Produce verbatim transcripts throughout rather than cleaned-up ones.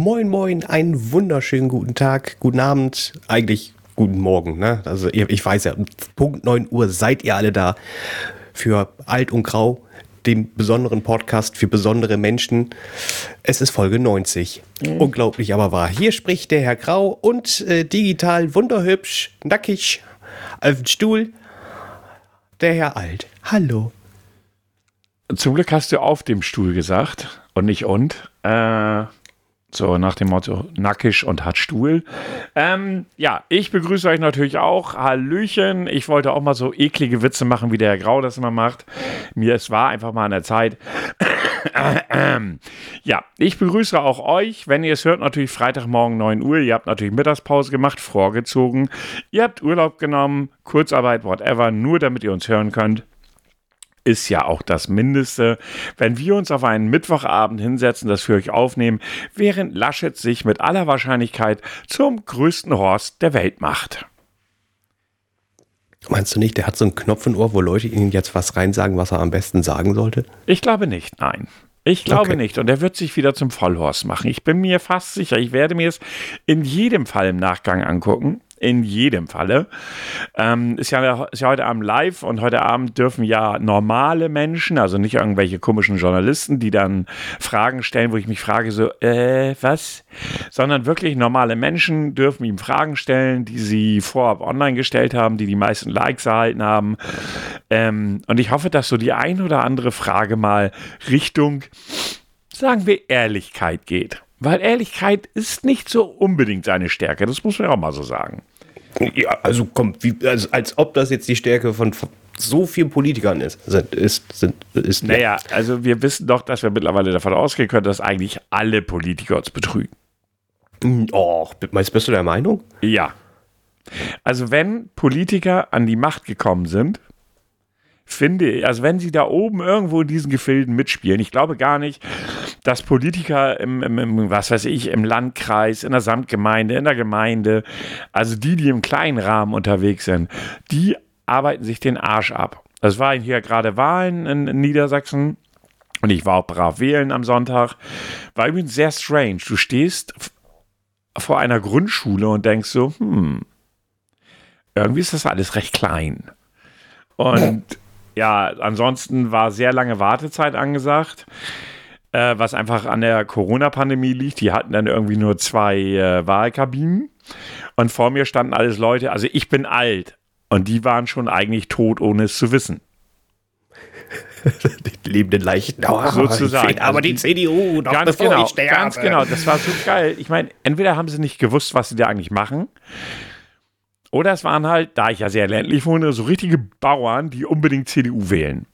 Moin Moin, einen wunderschönen guten Tag, guten Abend, eigentlich guten Morgen, ne? Also ich weiß ja, um Punkt neun Uhr seid ihr alle da für Alt und Grau, dem besonderen Podcast für besondere Menschen. Es ist Folge neunzig. Mhm. Unglaublich aber wahr. Hier spricht der Herr Grau und äh, digital wunderhübsch, nackig, auf dem Stuhl, der Herr Alt. Hallo. Zum Glück hast du auf dem Stuhl gesagt und nicht und. Äh, so nach dem Motto nackig und hat Stuhl. Ähm, ja, ich begrüße euch natürlich auch. Hallöchen. Ich wollte auch mal so eklige Witze machen, wie der Herr Grau das immer macht. Mir, es war einfach mal an der Zeit. Ja, ich begrüße auch euch. Wenn ihr es hört, natürlich Freitagmorgen neun Uhr. Ihr habt natürlich Mittagspause gemacht, vorgezogen. Ihr habt Urlaub genommen, Kurzarbeit, whatever, nur damit ihr uns hören könnt. Ist ja auch das Mindeste, wenn wir uns auf einen Mittwochabend hinsetzen, das für euch aufnehmen, während Laschet sich mit aller Wahrscheinlichkeit zum größten Horst der Welt macht. Meinst du nicht, der hat so einen Knopf im Ohr, wo Leute ihm jetzt was reinsagen, was er am besten sagen sollte? Ich glaube nicht, nein. Ich glaube okay. nicht. Und er wird sich wieder zum Vollhorst machen. Ich bin mir fast sicher, ich werde mir es in jedem Fall im Nachgang angucken. In jedem Falle. Ähm, ist, ja, ist ja heute Abend live und heute Abend dürfen ja normale Menschen, also nicht irgendwelche komischen Journalisten, die dann Fragen stellen, wo ich mich frage, so, äh, was? Sondern wirklich normale Menschen dürfen ihm Fragen stellen, die sie vorab online gestellt haben, die die meisten Likes erhalten haben. Ähm, und ich hoffe, dass so die ein oder andere Frage mal Richtung, sagen wir, Ehrlichkeit geht. Weil Ehrlichkeit ist nicht so unbedingt seine Stärke, das muss man auch mal so sagen. Ja, also komm, wie, also, als ob das jetzt die Stärke von so vielen Politikern ist. Sind, ist, sind, ist naja, also wir wissen doch, dass wir mittlerweile davon ausgehen können, dass eigentlich alle Politiker uns betrügen. Oh, meinst, bist du der Meinung? Ja. Also wenn Politiker an die Macht gekommen sind, finde ich, also wenn sie da oben irgendwo in diesen Gefilden mitspielen, ich glaube gar nicht, dass Politiker im, im, im, was weiß ich, im Landkreis, in der Samtgemeinde, in der Gemeinde, also die, die im kleinen Rahmen unterwegs sind, die arbeiten sich den Arsch ab. Es waren hier gerade Wahlen in, in Niedersachsen und ich war auch brav wählen am Sonntag. War übrigens sehr strange. Du stehst f- vor einer Grundschule und denkst so, hm, irgendwie ist das alles recht klein. Und ja, ansonsten war sehr lange Wartezeit angesagt, äh, was einfach an der Corona-Pandemie liegt. Die hatten dann irgendwie nur zwei äh, Wahlkabinen und vor mir standen alles Leute, also ich bin alt und die waren schon eigentlich tot, ohne es zu wissen. Die lebenden Leichen, oh, sozusagen. Aber also die, die C D U, noch ganz bevor genau, ich sterbe. Ganz genau, das war so geil. Ich meine, entweder haben sie nicht gewusst, was sie da eigentlich machen, oder es waren halt, da ich ja sehr ländlich wohne, so richtige Bauern, die unbedingt C D U wählen.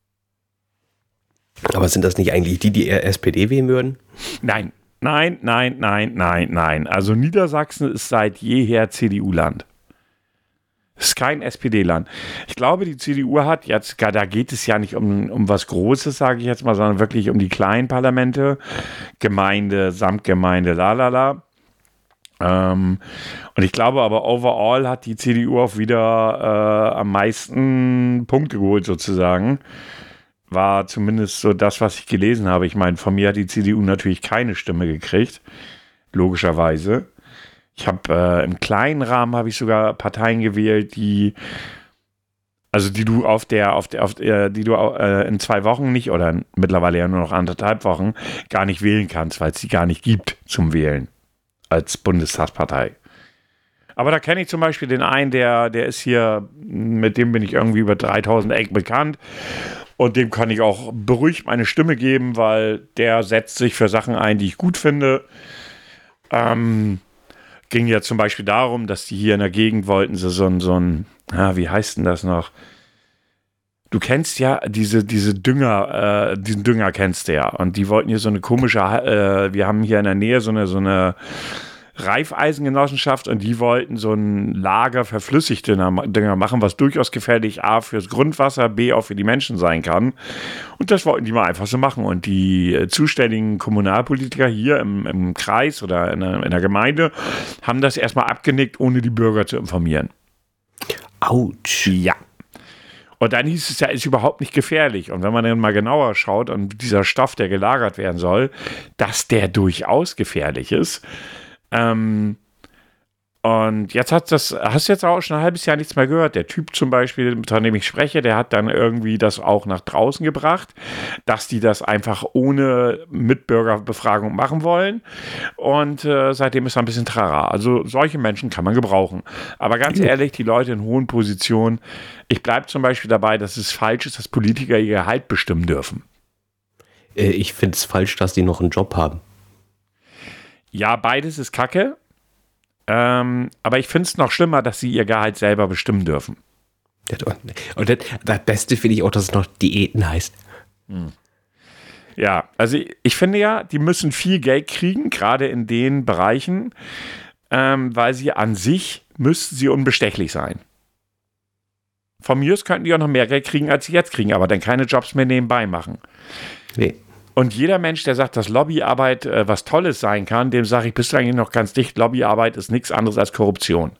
Aber sind das nicht eigentlich die, die eher S P D wählen würden? Nein, nein, nein, nein, nein, nein. Also Niedersachsen ist seit jeher C D U-Land. Es ist kein S P D-Land. Ich glaube, die C D U hat jetzt, da geht es ja nicht um, um was Großes, sage ich jetzt mal, sondern wirklich um die kleinen Parlamente, Gemeinde, Samtgemeinde, lalala. Ähm, und ich glaube aber, overall hat die C D U auch wieder äh, am meisten Punkte geholt, sozusagen. War zumindest so das, was ich gelesen habe. Ich meine, von mir hat die C D U natürlich keine Stimme gekriegt, logischerweise. Ich habe äh, im kleinen Rahmen habe ich sogar Parteien gewählt, die also die du auf der, auf der, auf der die du äh, in zwei Wochen nicht oder mittlerweile ja nur noch anderthalb Wochen gar nicht wählen kannst, weil es die gar nicht gibt zum Wählen als Bundestagspartei. Aber da kenne ich zum Beispiel den einen, der, der ist hier, mit dem bin ich irgendwie über dreitausend Ecken bekannt und dem kann ich auch beruhigt meine Stimme geben, weil der setzt sich für Sachen ein, die ich gut finde. Ähm, ging ja zum Beispiel darum, dass die hier in der Gegend wollten, so, so ein, so ein, ah, wie heißt denn das noch? Du kennst ja diese, diese Dünger, äh, diesen Dünger kennst du ja. Und die wollten hier so eine komische, äh, wir haben hier in der Nähe so eine, so eine Reifeisengenossenschaft und die wollten so ein Lager verflüssigte Dünger machen, was durchaus gefährlich A fürs Grundwasser, B auch für die Menschen sein kann. Und das wollten die mal einfach so machen. Und die äh, zuständigen Kommunalpolitiker hier im, im Kreis oder in der, in der Gemeinde haben das erstmal abgenickt, ohne die Bürger zu informieren. Autsch. Ja. Und dann hieß es ja, ist überhaupt nicht gefährlich. Und wenn man dann mal genauer schaut und dieser Stoff, der gelagert werden soll, dass der durchaus gefährlich ist. Ähm, und jetzt hat das, hast du jetzt auch schon ein halbes Jahr nichts mehr gehört. Der Typ zum Beispiel, von dem ich spreche, der hat dann irgendwie das auch nach draußen gebracht, dass die das einfach ohne Mitbürgerbefragung machen wollen. Und äh, seitdem ist er ein bisschen trara. Also solche Menschen kann man gebrauchen. Aber ganz ehrlich, die Leute in hohen Positionen, ich bleibe zum Beispiel dabei, dass es falsch ist, dass Politiker ihr Gehalt bestimmen dürfen. Äh, ich finde es falsch, dass die noch einen Job haben. Ja, beides ist Kacke. Ähm, aber ich finde es noch schlimmer, dass sie ihr Gehalt selber bestimmen dürfen. Und das, das Beste finde ich auch, dass es noch Diäten heißt. Hm. Ja, also ich, ich finde ja, die müssen viel Geld kriegen, gerade in den Bereichen, ähm, weil sie an sich müssten sie unbestechlich sein. Von mir aus könnten die auch noch mehr Geld kriegen, als sie jetzt kriegen, aber dann keine Jobs mehr nebenbei machen. Nee. Und jeder Mensch, der sagt, dass Lobbyarbeit äh, was Tolles sein kann, dem sage ich, bist du eigentlich noch ganz dicht. Lobbyarbeit ist nichts anderes als Korruption.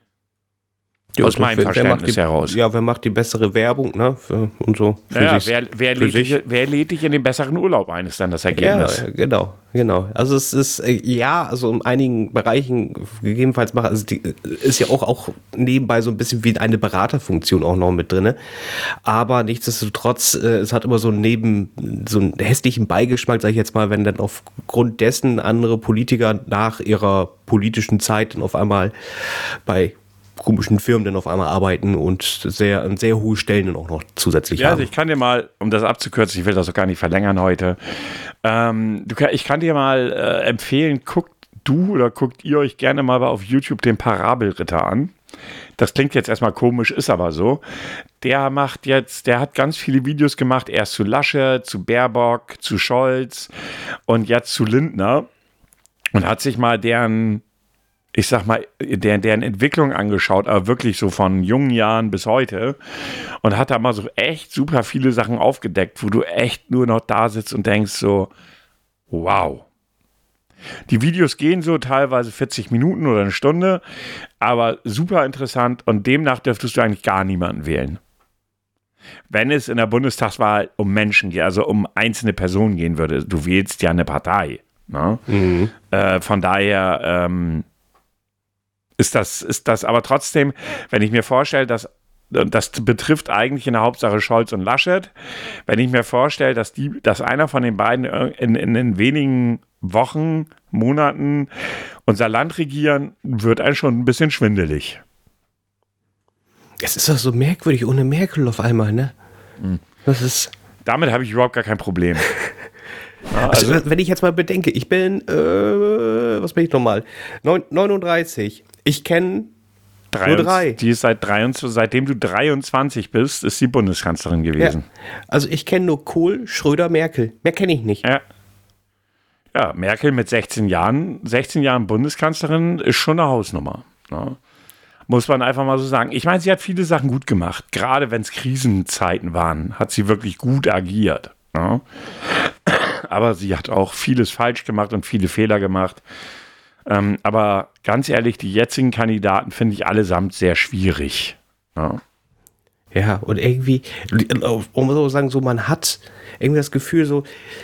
Ja, aus meinem wer, Verständnis wer die, heraus. Ja, wer macht die bessere Werbung, ne? Für, und so. Naja, wer, wer, lädt dich, wer lädt dich in den besseren Urlaub ein, ist dann das Ergebnis. Ja, genau, genau. Also es ist, äh, ja, also in einigen Bereichen gegebenenfalls machen, also die ist ja auch, auch nebenbei so ein bisschen wie eine Beraterfunktion auch noch mit drin. Aber nichtsdestotrotz, äh, es hat immer so einen neben, so einen hässlichen Beigeschmack, sag ich jetzt mal, wenn dann aufgrund dessen andere Politiker nach ihrer politischen Zeit dann auf einmal bei komischen Firmen dann auf einmal arbeiten und sehr, sehr hohe Stellen dann auch noch zusätzlich ja, haben. Also ich kann dir mal, um das abzukürzen, ich will das auch gar nicht verlängern heute, ähm, du, ich kann dir mal äh, empfehlen, guckt du oder guckt ihr euch gerne mal auf YouTube den Parabelritter an. Das klingt jetzt erstmal komisch, ist aber so. Der macht jetzt, der hat ganz viele Videos gemacht, erst zu Laschet, zu Baerbock, zu Scholz und jetzt zu Lindner und hat sich mal deren ich sag mal, deren, deren Entwicklung angeschaut, aber wirklich so von jungen Jahren bis heute und hat da mal so echt super viele Sachen aufgedeckt, wo du echt nur noch da sitzt und denkst so, wow. Die Videos gehen so teilweise vierzig Minuten oder eine Stunde, aber super interessant und demnach dürftest du eigentlich gar niemanden wählen. Wenn es in der Bundestagswahl um Menschen geht, also um einzelne Personen gehen würde, du wählst ja eine Partei. Ne? Mhm. Äh, von daher, ähm, Ist das, ist das aber trotzdem, wenn ich mir vorstelle, dass das betrifft eigentlich in der Hauptsache Scholz und Laschet, wenn ich mir vorstelle, dass, die, dass einer von den beiden in, in, in wenigen Wochen, Monaten unser Land regieren, wird einem schon ein bisschen schwindelig. Es ist doch so merkwürdig ohne Merkel auf einmal, ne? Mhm. Das ist... Damit habe ich überhaupt gar kein Problem. Ja, also, also wenn ich jetzt mal bedenke, ich bin, äh, was bin ich nochmal? neununddreißig. Ich kenne nur drei. Die ist seit dreiundzwanzig, seitdem du dreiundzwanzig bist, ist sie Bundeskanzlerin gewesen. Ja. Also ich kenne nur Kohl, Schröder, Merkel. Mehr kenne ich nicht. Ja. ja, Merkel mit sechzehn Jahren, sechzehn Jahren Bundeskanzlerin ist schon eine Hausnummer. Ne? Muss man einfach mal so sagen. Ich meine, sie hat viele Sachen gut gemacht. Gerade wenn es Krisenzeiten waren, hat sie wirklich gut agiert. Ne? Aber sie hat auch vieles falsch gemacht und viele Fehler gemacht. Ähm, aber ganz ehrlich, die jetzigen Kandidaten finde ich allesamt sehr schwierig. Ja. ja, und irgendwie, um so sagen, so man hat irgendwie das Gefühl so,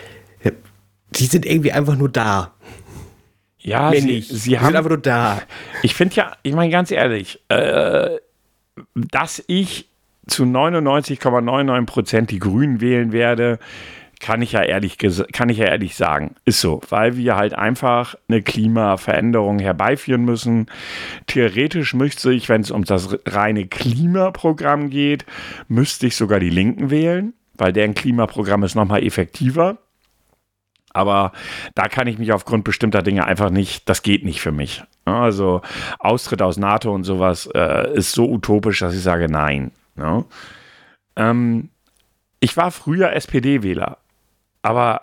die sind irgendwie einfach nur da. Ja, Mehr sie, nicht. sie die haben sind einfach nur da. Ich finde ja, ich meine ganz ehrlich, äh, dass ich zu neunundneunzig Komma neunundneunzig Prozent die Grünen wählen werde, Kann ich ja ehrlich kann ich ja ehrlich sagen. Ist so, weil wir halt einfach eine Klimaveränderung herbeiführen müssen. Theoretisch müsste ich, wenn es um das reine Klimaprogramm geht, müsste ich sogar die Linken wählen, weil deren Klimaprogramm ist nochmal effektiver. Aber da kann ich mich aufgrund bestimmter Dinge einfach nicht, das geht nicht für mich. Also Austritt aus NATO und sowas äh, ist so utopisch, dass ich sage nein. Ne? Ähm, ich war früher S P D-Wähler. Aber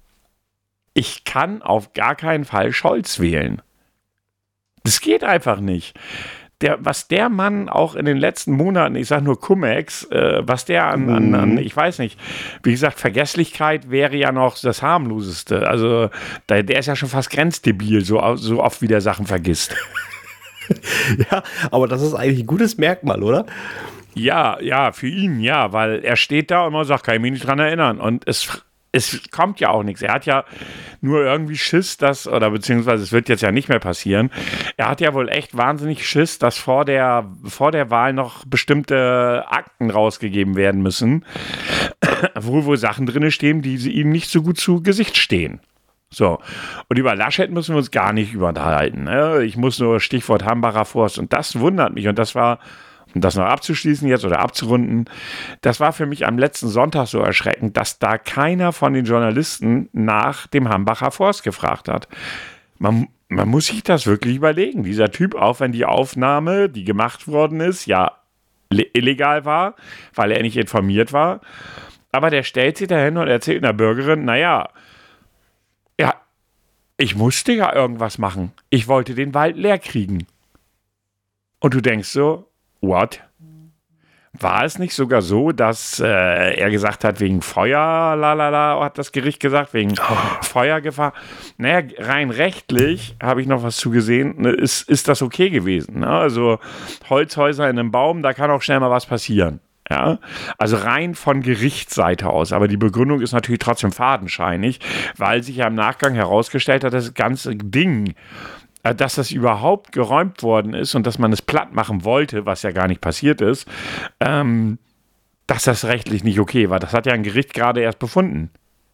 ich kann auf gar keinen Fall Scholz wählen. Das geht einfach nicht. Der, was der Mann auch in den letzten Monaten, ich sage nur Cum-Ex, äh, was der an, an, an, ich weiß nicht, wie gesagt, Vergesslichkeit wäre ja noch das harmloseste. Also der, der ist ja schon fast grenzdebil, so, so oft wie der Sachen vergisst. Ja, aber das ist eigentlich ein gutes Merkmal, oder? Ja, ja, für ihn, ja, weil er steht da und man sagt, kann ich mich nicht dran erinnern. Und es, es kommt ja auch nichts. Er hat ja nur irgendwie Schiss, dass, oder beziehungsweise es wird jetzt ja nicht mehr passieren. Er hat ja wohl echt wahnsinnig Schiss, dass vor der, vor der Wahl noch bestimmte Akten rausgegeben werden müssen, wo wohl Sachen drin stehen, die ihm nicht so gut zu Gesicht stehen. So, und über Laschet müssen wir uns gar nicht unterhalten. Ne? Ich muss nur Stichwort Hambacher Forst, und das wundert mich, und das war, um das noch abzuschließen jetzt oder abzurunden, das war für mich am letzten Sonntag so erschreckend, dass da keiner von den Journalisten nach dem Hambacher Forst gefragt hat. Man, man muss sich das wirklich überlegen. Dieser Typ, auch wenn die Aufnahme, die gemacht worden ist, ja illegal war, weil er nicht informiert war, aber der stellt sich dahin und erzählt einer Bürgerin, naja, ja, ich musste ja irgendwas machen. Ich wollte den Wald leer kriegen. Und du denkst so, what? War es nicht sogar so, dass äh, er gesagt hat, wegen Feuer, lalala, hat das Gericht gesagt, wegen oh. Feuergefahr? Naja, rein rechtlich, habe ich noch was zugesehen, ne, ist, ist das okay gewesen. Ne? Also Holzhäuser in einem Baum, da kann auch schnell mal was passieren. Ja, also rein von Gerichtsseite aus, aber die Begründung ist natürlich trotzdem fadenscheinig, weil sich ja im Nachgang herausgestellt hat, das ganze Ding, dass das überhaupt geräumt worden ist und dass man es platt machen wollte, was ja gar nicht passiert ist, ähm, dass das rechtlich nicht okay war. Das hat ja ein Gericht gerade erst befunden.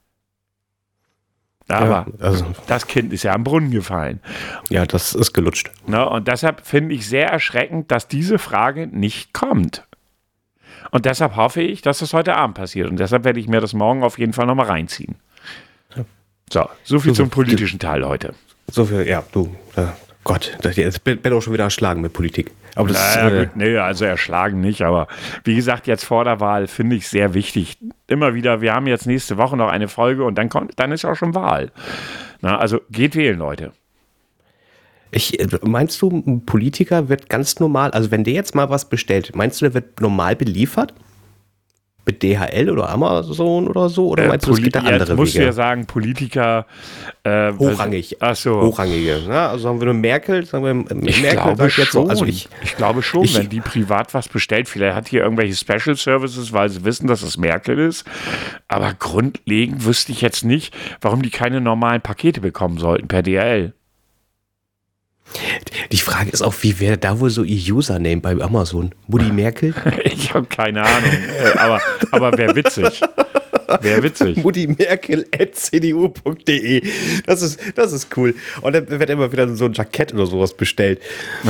Aber ja, also, das Kind ist ja am Brunnen gefallen. Ja, das ist gelutscht. Na, und deshalb finde ich sehr erschreckend, dass diese Frage nicht kommt. Und deshalb hoffe ich, dass das heute Abend passiert. Und deshalb werde ich mir das morgen auf jeden Fall nochmal reinziehen. So, so viel so, zum politischen Teil heute. So viel, ja, du, äh, Gott, jetzt bin ich auch schon wieder erschlagen mit Politik. Aber das naja, äh, gut, nee, also erschlagen nicht, aber wie gesagt, jetzt vor der Wahl finde ich sehr wichtig. Immer wieder, wir haben jetzt nächste Woche noch eine Folge und dann, kommt, dann ist auch schon Wahl. Na, also geht wählen, Leute. Ich, meinst du, ein Politiker wird ganz normal, also wenn der jetzt mal was bestellt, meinst du, der wird normal beliefert? Mit D H L oder Amazon oder so? Oder äh, meinst du, es gibt da andere Jetzt musst Wege? du ja sagen, Politiker... Äh, Hochrangig. Ach so. Hochrangige. Ne? Also sagen wir nur Merkel, sagen wir ich Merkel glaube sagt jetzt schon. so. Also ich, ich glaube schon, ich, wenn die privat was bestellt, vielleicht hat hier irgendwelche Special Services, weil sie wissen, dass es Merkel ist. Aber grundlegend wüsste ich jetzt nicht, warum die keine normalen Pakete bekommen sollten per D H L. Die Frage ist auch, wie wäre da wohl so ihr Username bei Amazon? Mutti Merkel? Ich habe keine Ahnung, aber, aber wäre witzig. Wäre witzig. Mutti Merkel at c d u punkt d e. Das ist, das ist cool. Und dann wird immer wieder so ein Jackett oder sowas bestellt.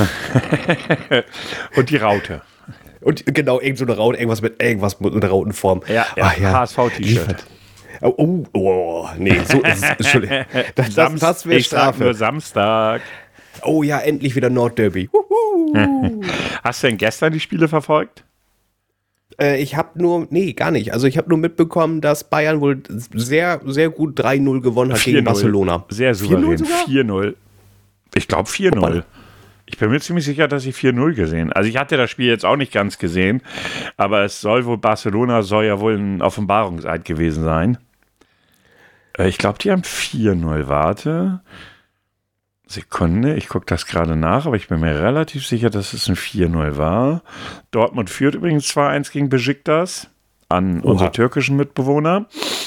Und die Raute. Und genau, irgend so eine Raute, irgendwas mit irgendwas mit einer Rautenform. Ja, ja, Ach, ja. H S V-T-Shirt. Oh, oh, oh, nee, so ist es. Entschuldigung. Das, das, das wäre ich sag nur Samstag. Oh ja, endlich wieder Nordderby. Hast du denn gestern die Spiele verfolgt? Äh, ich habe nur, nee, gar nicht. Also ich habe nur mitbekommen, dass Bayern wohl sehr, sehr gut drei null gewonnen hat gegen Barcelona. Sehr souverän. vier null. Ich glaube vier null. Ich bin mir ziemlich sicher, dass ich vier null gesehen habe. Also ich hatte das Spiel jetzt auch nicht ganz gesehen, aber es soll wohl, Barcelona soll ja wohl ein Offenbarungseid gewesen sein. Äh, ich glaube, die haben vier null. Warte. Sekunde, ich gucke das gerade nach, aber ich bin mir relativ sicher, dass es ein vier null war. Dortmund führt übrigens zwei eins gegen Besiktas an Oha. unsere türkischen Mitbewohner.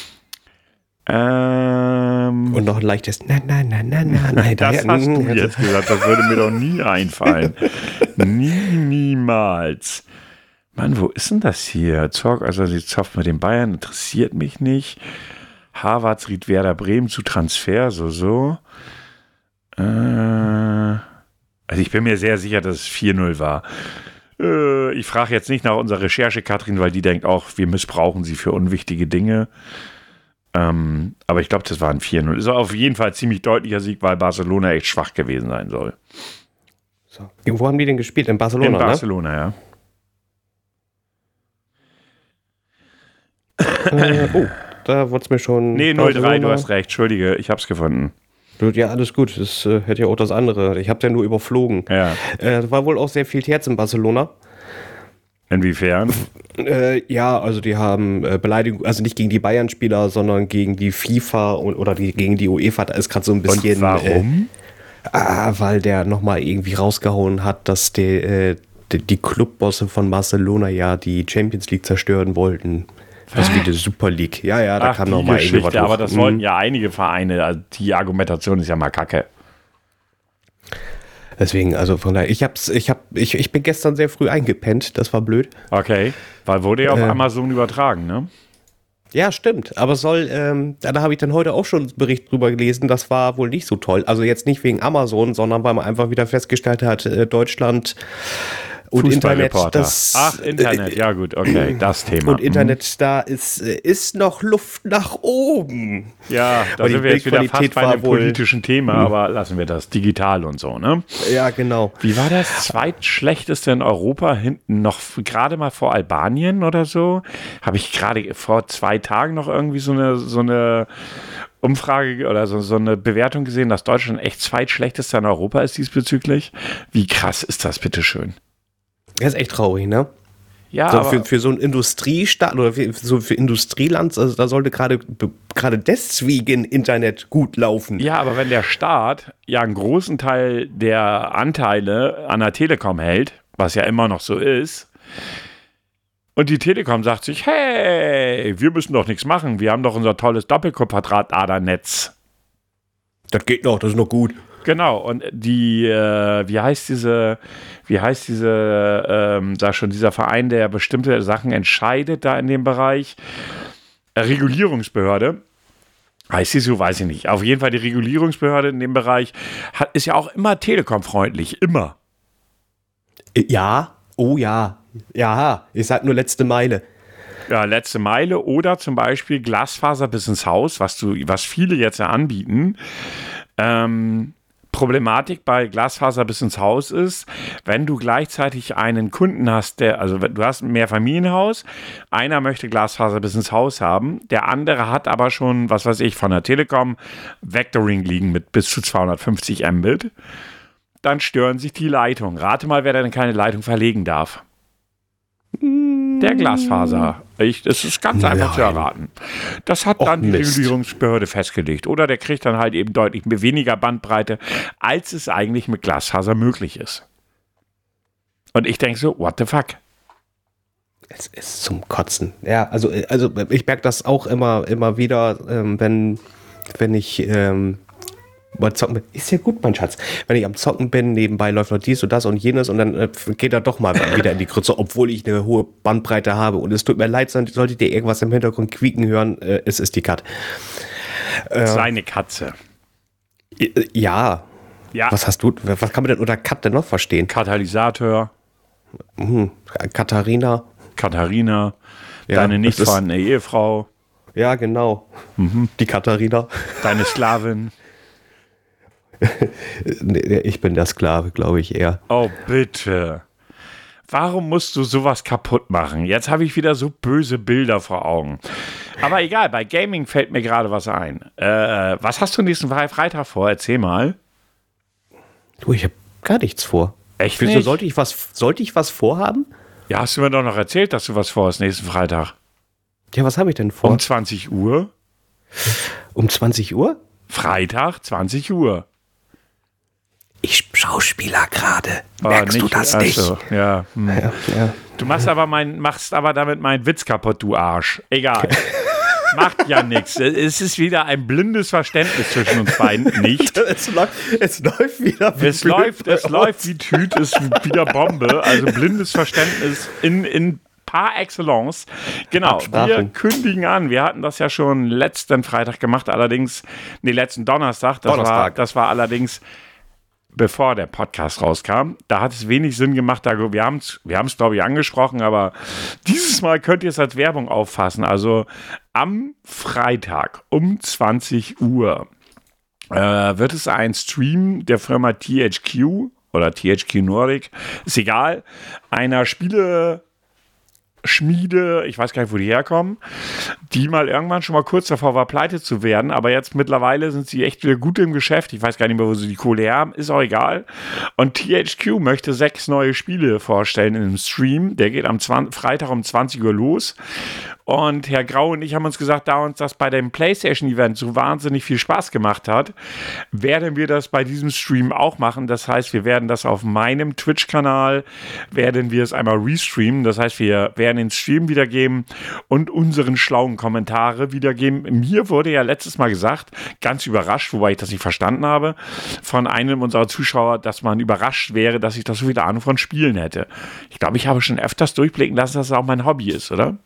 Ähm, Und noch ein leichtes Nein, nein, nein, nein, nein, nein. Das hast du jetzt gesagt, das würde mir doch nie einfallen. nie, niemals. Mann, wo ist denn das hier? Zorg, also die Zoff mit den Bayern interessiert mich nicht. Harvards riet Werder Bremen zu Transfer, so, so. Also ich bin mir sehr sicher, dass es vier null war. Ich frage jetzt nicht nach unserer Recherche, Katrin, weil die denkt auch, wir missbrauchen sie für unwichtige Dinge. Aber ich glaube, das war ein vier null. Ist auf jeden Fall ein ziemlich deutlicher Sieg, weil Barcelona echt schwach gewesen sein soll. So. Wo haben die denn gespielt? In Barcelona, In Barcelona, ne? ja. äh, oh, da wurde es mir schon... Nee, null drei, du hast recht. Entschuldige, ich hab's gefunden. Ja, alles gut. Das äh, hätte ja auch das andere. Ich habe ja nur überflogen. Ja. Äh, war wohl auch sehr viel Herz in Barcelona. Inwiefern? Äh, ja, also die haben äh, Beleidigung, also nicht gegen die Bayern-Spieler, sondern gegen die FIFA und, oder die, gegen die UEFA. Da ist gerade so ein bisschen... Und warum? Äh, ah, weil der nochmal irgendwie rausgehauen hat, dass der, äh, die, die Clubbosse von Barcelona ja die Champions League zerstören wollten. Das wie die Super League. Ja, ja, da Ach, kam die noch mal Geschichte, irgendwas aber hoch. das wollten ja einige Vereine. Also die Argumentation ist ja mal kacke. Deswegen, also von daher, ich hab's, ich hab, ich, ich bin gestern sehr früh eingepennt, das war blöd. Okay, weil wurde ja auf Äh. Amazon übertragen, ne? Ja, stimmt, aber soll, ähm, da habe ich dann heute auch schon einen Bericht drüber gelesen, das war wohl nicht so toll. Also jetzt nicht wegen Amazon, sondern weil man einfach wieder festgestellt hat, äh, Deutschland und Internet, das, Ach, Internet, äh, ja gut, okay, das Thema. und Internet, da ist, äh, ist noch Luft nach oben. Ja, da Weil sind die wir jetzt wieder fast Bildqualität bei war einem wohl- politischen Thema, aber lassen wir das. Digital und so, ne? Ja, genau. Wie war das zweitschlechteste in Europa? Hinten noch f- gerade mal vor Albanien oder so? Habe ich gerade vor zwei Tagen noch irgendwie so eine, so eine Umfrage oder so, so eine Bewertung gesehen, dass Deutschland echt zweitschlechtester in Europa ist diesbezüglich? Wie krass ist das, bitteschön? Das ist echt traurig, ne? Ja, So aber, für, für so ein Industriestaat oder für, so für Industrieland, also da sollte gerade gerade deswegen Internet gut laufen. ja, aber wenn der Staat ja einen großen Teil der Anteile an der Telekom hält, was ja immer noch so ist, und die Telekom sagt sich, hey, wir müssen doch nichts machen, wir haben doch unser tolles Doppelquadrat-Adernetz. Das geht noch, das ist noch gut. Genau, und die, äh, wie heißt diese, wie heißt diese, ähm, sag schon, dieser Verein, der bestimmte Sachen entscheidet da in dem Bereich, äh, Regulierungsbehörde, heißt sie so, weiß ich nicht. Auf jeden Fall die Regulierungsbehörde in dem Bereich hat, ist ja auch immer telekom-freundlich, immer. Ja, oh ja, ja, ich sag nur letzte Meile. Ja, letzte Meile oder zum Beispiel Glasfaser bis ins Haus, was du, was viele jetzt ja anbieten. Ähm, Problematik bei Glasfaser bis ins Haus ist, wenn du gleichzeitig einen Kunden hast, der, also du hast ein Mehrfamilienhaus, einer möchte Glasfaser bis ins Haus haben, der andere hat aber schon, was weiß ich, von der Telekom Vectoring liegen mit bis zu zweihundertfünfzig Mbit, dann stören sich die Leitungen. Rate mal, wer denn keine Leitung verlegen darf. Der Glasfaser. Ich, das ist ganz einfach Nein. zu erraten. Das hat Och, dann die Mist. Regulierungsbehörde festgelegt. Oder der kriegt dann halt eben deutlich weniger Bandbreite, als es eigentlich mit Glasfaser möglich ist. Und ich denke so, what the fuck? Es ist zum Kotzen. Ja, also, also ich merke das auch immer, immer wieder, ähm, wenn, wenn ich ähm, mal zocken bin. Ist ja gut, mein Schatz. Wenn ich am Zocken bin, nebenbei läuft noch dies und das und jenes und dann äh, geht er doch mal wieder in die Grütze, obwohl ich eine hohe Bandbreite habe. Und es tut mir leid, solltet ihr irgendwas im Hintergrund quieken hören, äh, es ist die Kat. Äh, Seine Katze. äh, ja. Ja, Was hast du, was kann man denn unter Kat denn noch verstehen? Katalysator, Hm, Katharina. Katharina, Ja, deine nicht das ist- vorhandene Ehefrau, Ja, genau. Die Katharina. deine Sklavin. Nee, ich bin der Sklave, glaube ich eher. Oh, bitte. Warum musst du sowas kaputt machen? Jetzt habe ich wieder so böse Bilder vor Augen. Aber egal, bei Gaming fällt mir gerade was ein. Äh, was hast du nächsten Fre- Freitag vor? Erzähl mal. Du, ich habe gar nichts vor. Echt Wieso nicht? sollte ich was, sollte ich was vorhaben? Ja, hast du mir doch noch erzählt, dass du was vorhast nächsten Freitag. Ja, was habe ich denn vor? Um zwanzig Uhr? Um zwanzig Uhr? Freitag, zwanzig Uhr. Ich schauspieler gerade. Ah, Merkst du das ach nicht? so, ja, hm. Ja, ja. Du machst aber, mein, machst aber damit meinen Witz kaputt, du Arsch. Egal. Macht ja nichts. Es ist wieder ein blindes Verständnis zwischen uns beiden. Nicht. Es, läuft, es läuft wieder wie Es blöd läuft, bei es uns. läuft wie Tüt, ist wieder Bombe. Also blindes Verständnis in, in par excellence. Genau, Absprachen. wir kündigen an. Wir hatten das ja schon letzten Freitag gemacht, allerdings, nee, letzten Donnerstag. Das, War, Donnerstag. das war allerdings bevor der Podcast rauskam. Da hat es wenig Sinn gemacht. Da, wir haben es, wir haben's, glaube ich, angesprochen, aber dieses Mal könnt ihr es als Werbung auffassen. Also am Freitag um zwanzig Uhr äh, wird es ein Stream der Firma T H Q oder T H Q Nordic, ist egal, einer Spiele Schmiede, ich weiß gar nicht, wo die herkommen, die mal irgendwann schon mal kurz davor war, pleite zu werden, aber jetzt mittlerweile sind sie echt wieder gut im Geschäft. Ich weiß gar nicht mehr, wo sie die Kohle her haben, ist auch egal. Und T H Q möchte sechs neue Spiele vorstellen in einem Stream, der geht am zwanzig Freitag um zwanzig Uhr los Und Herr Grau und ich haben uns gesagt, da uns das bei dem PlayStation-Event so wahnsinnig viel Spaß gemacht hat, werden wir das bei diesem Stream auch machen. Das heißt, wir werden das auf meinem Twitch-Kanal, werden wir es einmal restreamen. Das heißt, wir werden den Stream wiedergeben und unseren schlauen Kommentare wiedergeben. Mir wurde ja letztes Mal gesagt, ganz überrascht, wobei ich das nicht verstanden habe, von einem unserer Zuschauer, dass man überrascht wäre, dass ich das so viel Ahnung von Spielen hätte. Ich glaube, ich habe schon öfters durchblicken lassen, dass es auch mein Hobby ist, oder?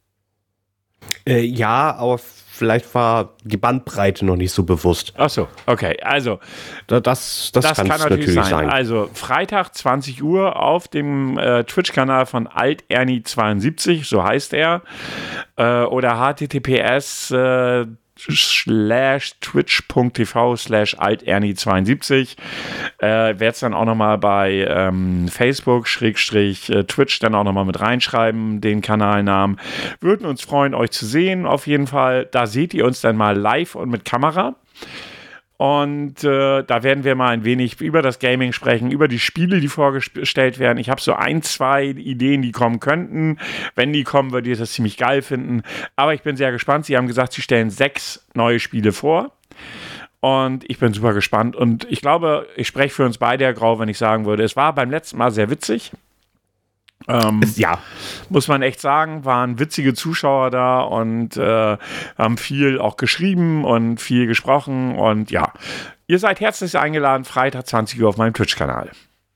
Äh, ja, aber vielleicht war die Bandbreite noch nicht so bewusst. Ach so, okay. Also, das, das, das kann natürlich, natürlich sein. sein. Also, Freitag zwanzig Uhr auf dem äh, Twitch-Kanal von AltErnie zweiundsiebzig, so heißt er. Äh, oder https äh, slash twitch.tv slash alternie zweiundsiebzig. Äh, werde es dann auch nochmal bei ähm, Facebook Schrägstrich äh, Twitch dann auch nochmal mit reinschreiben, den Kanalnamen. Würden uns freuen, euch zu sehen, auf jeden Fall. Da seht ihr uns dann mal live und mit Kamera. Und äh, da werden wir mal ein wenig über das Gaming sprechen, über die Spiele, die vorgestellt werden. Ich habe so ein, zwei Ideen, die kommen könnten. Wenn die kommen, würdet ihr das ziemlich geil finden. Aber ich bin sehr gespannt. Sie haben gesagt, sie stellen sechs neue Spiele vor. Und ich bin super gespannt. Und ich glaube, ich spreche für uns beide, Herr Grau, wenn ich sagen würde, es war beim letzten Mal sehr witzig. Ähm, ja, muss man echt sagen, waren witzige Zuschauer da und äh, haben viel auch geschrieben und viel gesprochen und ja, ihr seid herzlich eingeladen, Freitag zwanzig Uhr auf meinem Twitch-Kanal.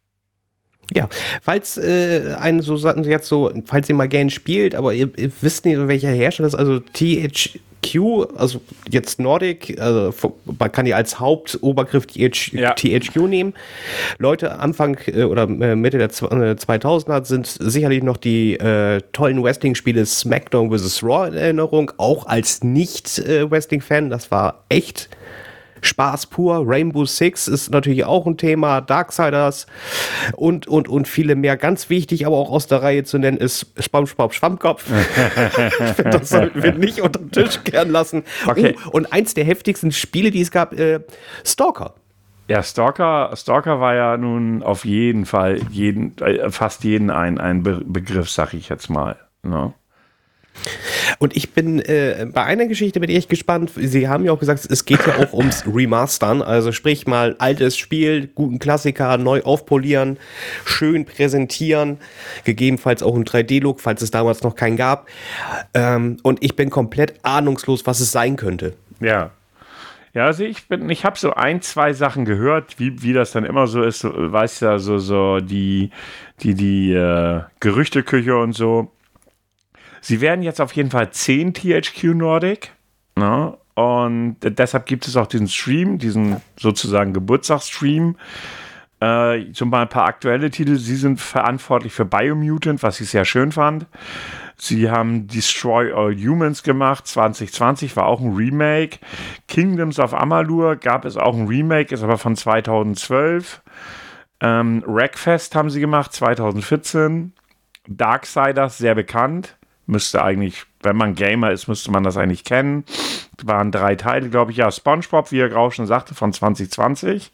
Ja, falls äh, einen so jetzt so, falls ihr mal gerne spielt, aber ihr, ihr wisst nicht, welcher Hersteller das ist, also T H Q, also jetzt Nordic, also man kann die als Hauptobergriff T H, ja. T H Q nehmen. Leute Anfang äh, oder äh, Mitte der zweitausender sind sicherlich noch die äh, tollen Wrestling-Spiele SmackDown versus. Raw in Erinnerung, auch als Nicht-Wrestling-Fan, das war echt Spaß pur. Rainbow Six ist natürlich auch ein Thema, Darksiders und, und, und viele mehr. Ganz wichtig, aber auch aus der Reihe zu nennen, ist SpongeBob Schwammkopf. Das sollten wir nicht unter den Tisch kehren lassen. Okay. Oh, und eins der heftigsten Spiele, die es gab, äh, Stalker. Ja, Stalker, Stalker war ja nun auf jeden Fall jeden, äh, fast jeden ein, ein Be- Begriff, sag ich jetzt mal. No? Und ich bin äh, bei einer Geschichte bin ich gespannt. Sie haben ja auch gesagt, es geht ja auch ums Remastern, also sprich mal altes Spiel, guten Klassiker neu aufpolieren, schön präsentieren, gegebenenfalls auch einen drei D-Look, falls es damals noch keinen gab. Ähm, und ich bin komplett ahnungslos, was es sein könnte. Ja. Ja, also ich bin, ich habe so ein, zwei Sachen gehört, wie, wie das dann immer so ist, so, weißt ja, so, so die, die, die äh, Gerüchteküche und so. Sie werden jetzt auf jeden Fall zehn T H Q Nordic, ne? Und deshalb gibt es auch diesen Stream, diesen sozusagen Geburtstagsstream. Äh, zum Beispiel ein paar aktuelle Titel. Sie sind verantwortlich für Biomutant, was ich sehr schön fand. Sie haben Destroy All Humans gemacht, zwanzig zwanzig, war auch ein Remake. Kingdoms of Amalur gab es auch ein Remake, ist aber von zweitausendzwölf. Ähm, Wreckfest haben sie gemacht, zweitausendvierzehn. Darksiders, sehr bekannt. Müsste eigentlich, wenn man Gamer ist, müsste man das eigentlich kennen. Waren drei Teile, glaube ich. Ja, SpongeBob, wie er Grau schon sagte, von zwanzig zwanzig.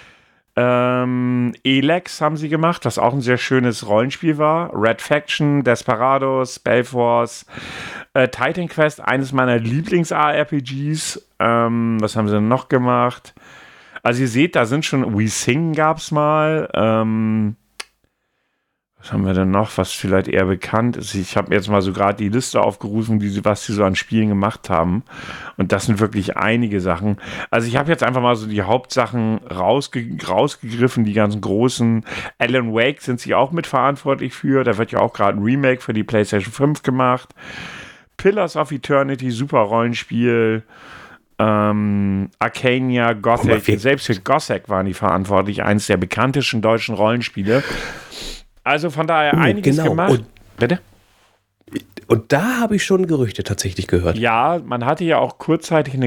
Ähm, Elex haben sie gemacht, was auch ein sehr schönes Rollenspiel war. Red Faction, Desperados, Spellforce, äh, Titan Quest, eines meiner Lieblings-A R P Gs. Ähm, was haben sie denn noch gemacht? Also ihr seht, da sind schon, We Sing gab's mal. Ähm, Was haben wir denn noch, was vielleicht eher bekannt ist? Ich habe jetzt mal so gerade die Liste aufgerufen, die, was sie so an Spielen gemacht haben. Und das sind wirklich einige Sachen. Also ich habe jetzt einfach mal so die Hauptsachen rausge- rausgegriffen, die ganzen großen. Alan Wake sind sie auch mitverantwortlich für. Da wird ja auch gerade ein Remake für die PlayStation fünf gemacht. Pillars of Eternity, super Rollenspiel. Ähm, Arcania, Gothic. Selbst für Gothic waren die verantwortlich. Eines der bekanntesten deutschen Rollenspiele. Also von daher oh, einiges genau. gemacht. Und, bitte? Und da habe ich schon Gerüchte tatsächlich gehört. Ja, man hatte ja auch kurzzeitig eine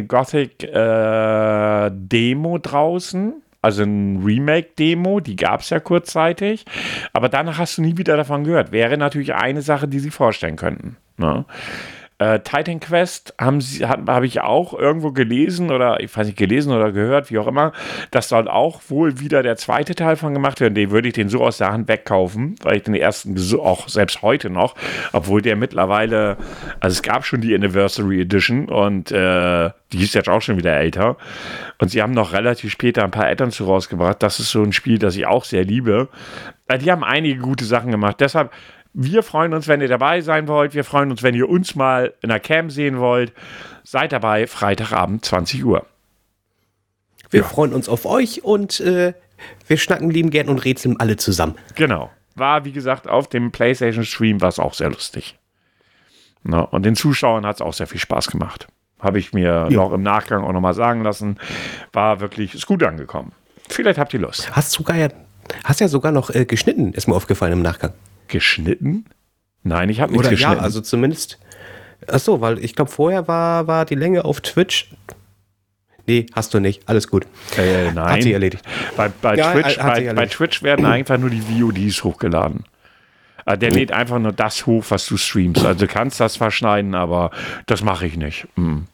Gothic-Demo äh, draußen. Also ein Remake-Demo, die gab es ja kurzzeitig. Aber danach hast du nie wieder davon gehört. Wäre natürlich eine Sache, die sie vorstellen könnten. Ne? Äh, Titan Quest haben sie, habe hab ich auch irgendwo gelesen oder ich weiß nicht, gelesen oder gehört, wie auch immer. Das soll auch wohl wieder der zweite Teil von gemacht werden. Den würde ich den so aus der Hand wegkaufen, weil ich den ersten so auch selbst heute noch, obwohl der mittlerweile, also es gab schon die Anniversary Edition und äh, die ist jetzt auch schon wieder älter. Und sie haben noch relativ später ein paar Add-ons rausgebracht. Das ist so ein Spiel, das ich auch sehr liebe. Äh, die haben einige gute Sachen gemacht. Deshalb wir freuen uns, wenn ihr dabei sein wollt. Wir freuen uns, wenn ihr uns mal in der Cam sehen wollt. Seid dabei, Freitagabend, zwanzig Uhr. Wir ja. freuen uns auf euch und äh, wir schnacken lieben gern und rätseln alle zusammen. Genau. War, wie gesagt, auf dem PlayStation-Stream war es auch sehr lustig. Na, und den Zuschauern hat es auch sehr viel Spaß gemacht. Habe ich mir ja. noch im Nachgang auch nochmal sagen lassen. War wirklich, ist gut angekommen. Vielleicht habt ihr Lust. Hast sogar ja, hast ja sogar noch äh, geschnitten, ist mir aufgefallen im Nachgang. Geschnitten? Nein, ich habe nichts Oder geschnitten. Ja, also zumindest. Achso, weil ich glaube, vorher war, war die Länge auf Twitch. Nee, hast du nicht. Alles gut. Äh, nein. Hat sich erledigt. Bei, bei, ja, Twitch, hat bei, bei Twitch werden einfach nur die V O Ds hochgeladen. Also der lädt einfach nur das hoch, was du streamst. Also du kannst das verschneiden, aber das mache ich nicht. Mhm.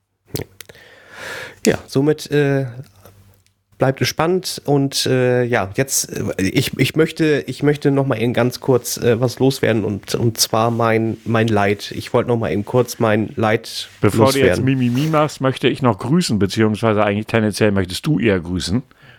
Ja, somit äh, bleibt es spannend und äh, ja, jetzt, äh, ich, ich möchte, ich möchte noch mal eben ganz kurz äh, was loswerden und, und zwar mein, mein Leid. Ich wollte noch mal eben kurz mein Leid Bevor loswerden. du jetzt Mimimi machst, möchte ich noch grüßen, beziehungsweise eigentlich tendenziell möchtest du eher grüßen.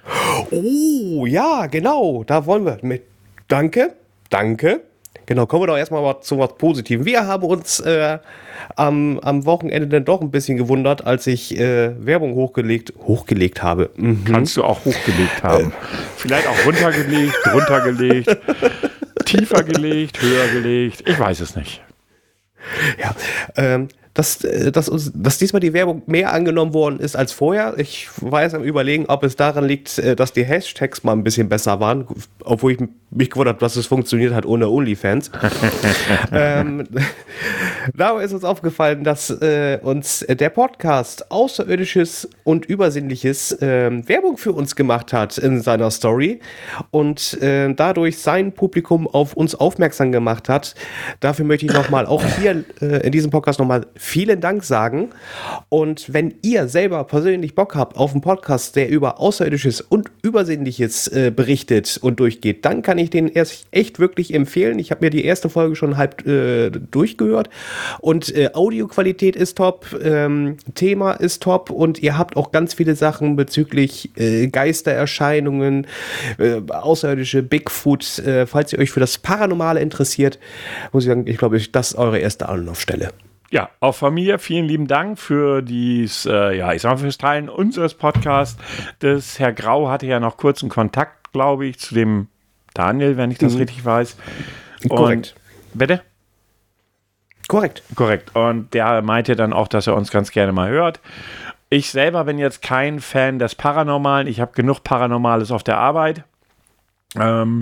Oh, ja, genau, da wollen wir mit. Danke, danke. Genau, kommen wir doch erstmal mal zu was Positivem. Wir haben uns äh, am, am Wochenende dann doch ein bisschen gewundert, als ich äh, Werbung hochgelegt, hochgelegt habe. Mhm. Kannst du auch hochgelegt haben. Äh. Vielleicht auch runtergelegt, drunter gelegt, tiefer gelegt, höher gelegt. Ich weiß es nicht. Ja, ähm, dass, dass, uns, dass diesmal die Werbung mehr angenommen worden ist als vorher. Ich war jetzt am Überlegen, ob es daran liegt, dass die Hashtags mal ein bisschen besser waren, obwohl ich mich gewundert habe, dass es funktioniert hat ohne OnlyFans. ähm, dabei ist uns aufgefallen, dass äh, uns der Podcast Außerirdisches und Übersinnliches äh, Werbung für uns gemacht hat in seiner Story und äh, dadurch sein Publikum auf uns aufmerksam gemacht hat. Dafür möchte ich nochmal auch hier äh, in diesem Podcast nochmal vielen Dank sagen. Und wenn ihr selber persönlich Bock habt auf einen Podcast, der über Außerirdisches und Übersinnliches äh, berichtet und durchgeht, dann kann ich den erst echt wirklich empfehlen. Ich habe mir die erste Folge schon halb äh, durchgehört und äh, Audioqualität ist top, ähm, Thema ist top und ihr habt auch ganz viele Sachen bezüglich äh, Geistererscheinungen, äh, Außerirdische, Bigfoot. Äh, falls ihr euch für das Paranormale interessiert, muss ich sagen, ich glaube, das ist eure erste Anlaufstelle. Ja, auch von mir vielen lieben Dank für dies, äh, ja, ich sag mal, fürs Teilen unseres Podcasts. Das Herr Grau hatte ja noch kurzen Kontakt, glaube ich, zu dem Daniel, wenn ich das mhm. richtig weiß. Und, korrekt. Bitte? Korrekt. Korrekt. Und der meinte dann auch, dass er uns ganz gerne mal hört. Ich selber bin jetzt kein Fan des Paranormalen. Ich habe genug Paranormales auf der Arbeit. Ähm.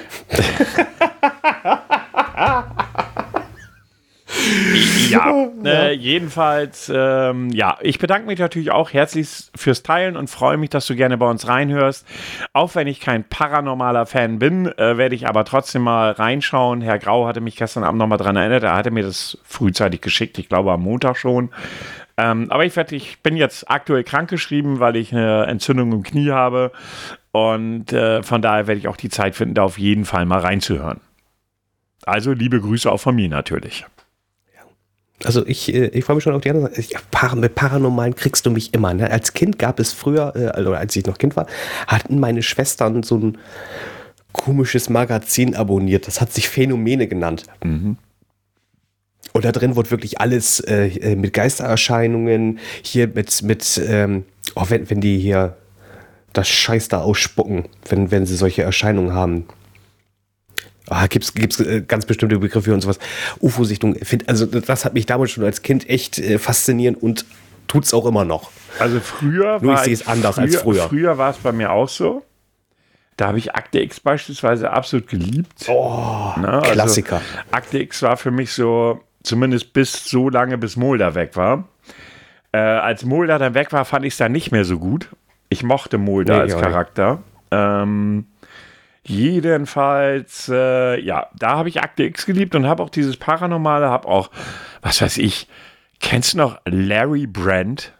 Ja, äh, jedenfalls, ähm, ja, ich bedanke mich natürlich auch herzlich fürs Teilen und freue mich, dass du gerne bei uns reinhörst. Auch wenn ich kein paranormaler Fan bin, äh, werde ich aber trotzdem mal reinschauen. Herr Grau hatte mich gestern Abend nochmal dran erinnert, er hatte mir das frühzeitig geschickt, ich glaube am Montag schon. Ähm, aber ich, werd, ich bin jetzt aktuell krankgeschrieben, weil ich eine Entzündung im Knie habe und äh, von daher werde ich auch die Zeit finden, da auf jeden Fall mal reinzuhören. Also liebe Grüße auch von mir natürlich. Also ich, ich freue mich schon auf die anderen Sachen. Mit Paranormalen kriegst du mich immer. Ne? Als Kind gab es früher, also als ich noch Kind war, hatten meine Schwestern so ein komisches Magazin abonniert. Das hat sich Phänomene genannt. Mhm. Und da drin wurde wirklich alles äh, mit Geistererscheinungen, hier mit, mit ähm, oh, wenn, wenn die hier das Scheiß da ausspucken, wenn, wenn sie solche Erscheinungen haben. Ah, gibt's, gibt's ganz bestimmte Begriffe und sowas. U F O-Sichtung, also das hat mich damals schon als Kind echt äh, faszinierend und tut's auch immer noch. Also früher Nur war ich sehe es anders früher, als früher. Früher war es bei mir auch so. Da habe ich Akte X beispielsweise absolut geliebt. Oh, Na, Klassiker. Also Akte X war für mich so, zumindest bis so lange, bis Mulder weg war. Äh, als Mulder dann weg war, fand ich es dann nicht mehr so gut. Ich mochte Mulder nee, als Charakter. Ähm, Jedenfalls, äh, ja, da habe ich Akte X geliebt und habe auch dieses Paranormale, habe auch, was weiß ich, kennst du noch Larry Brand?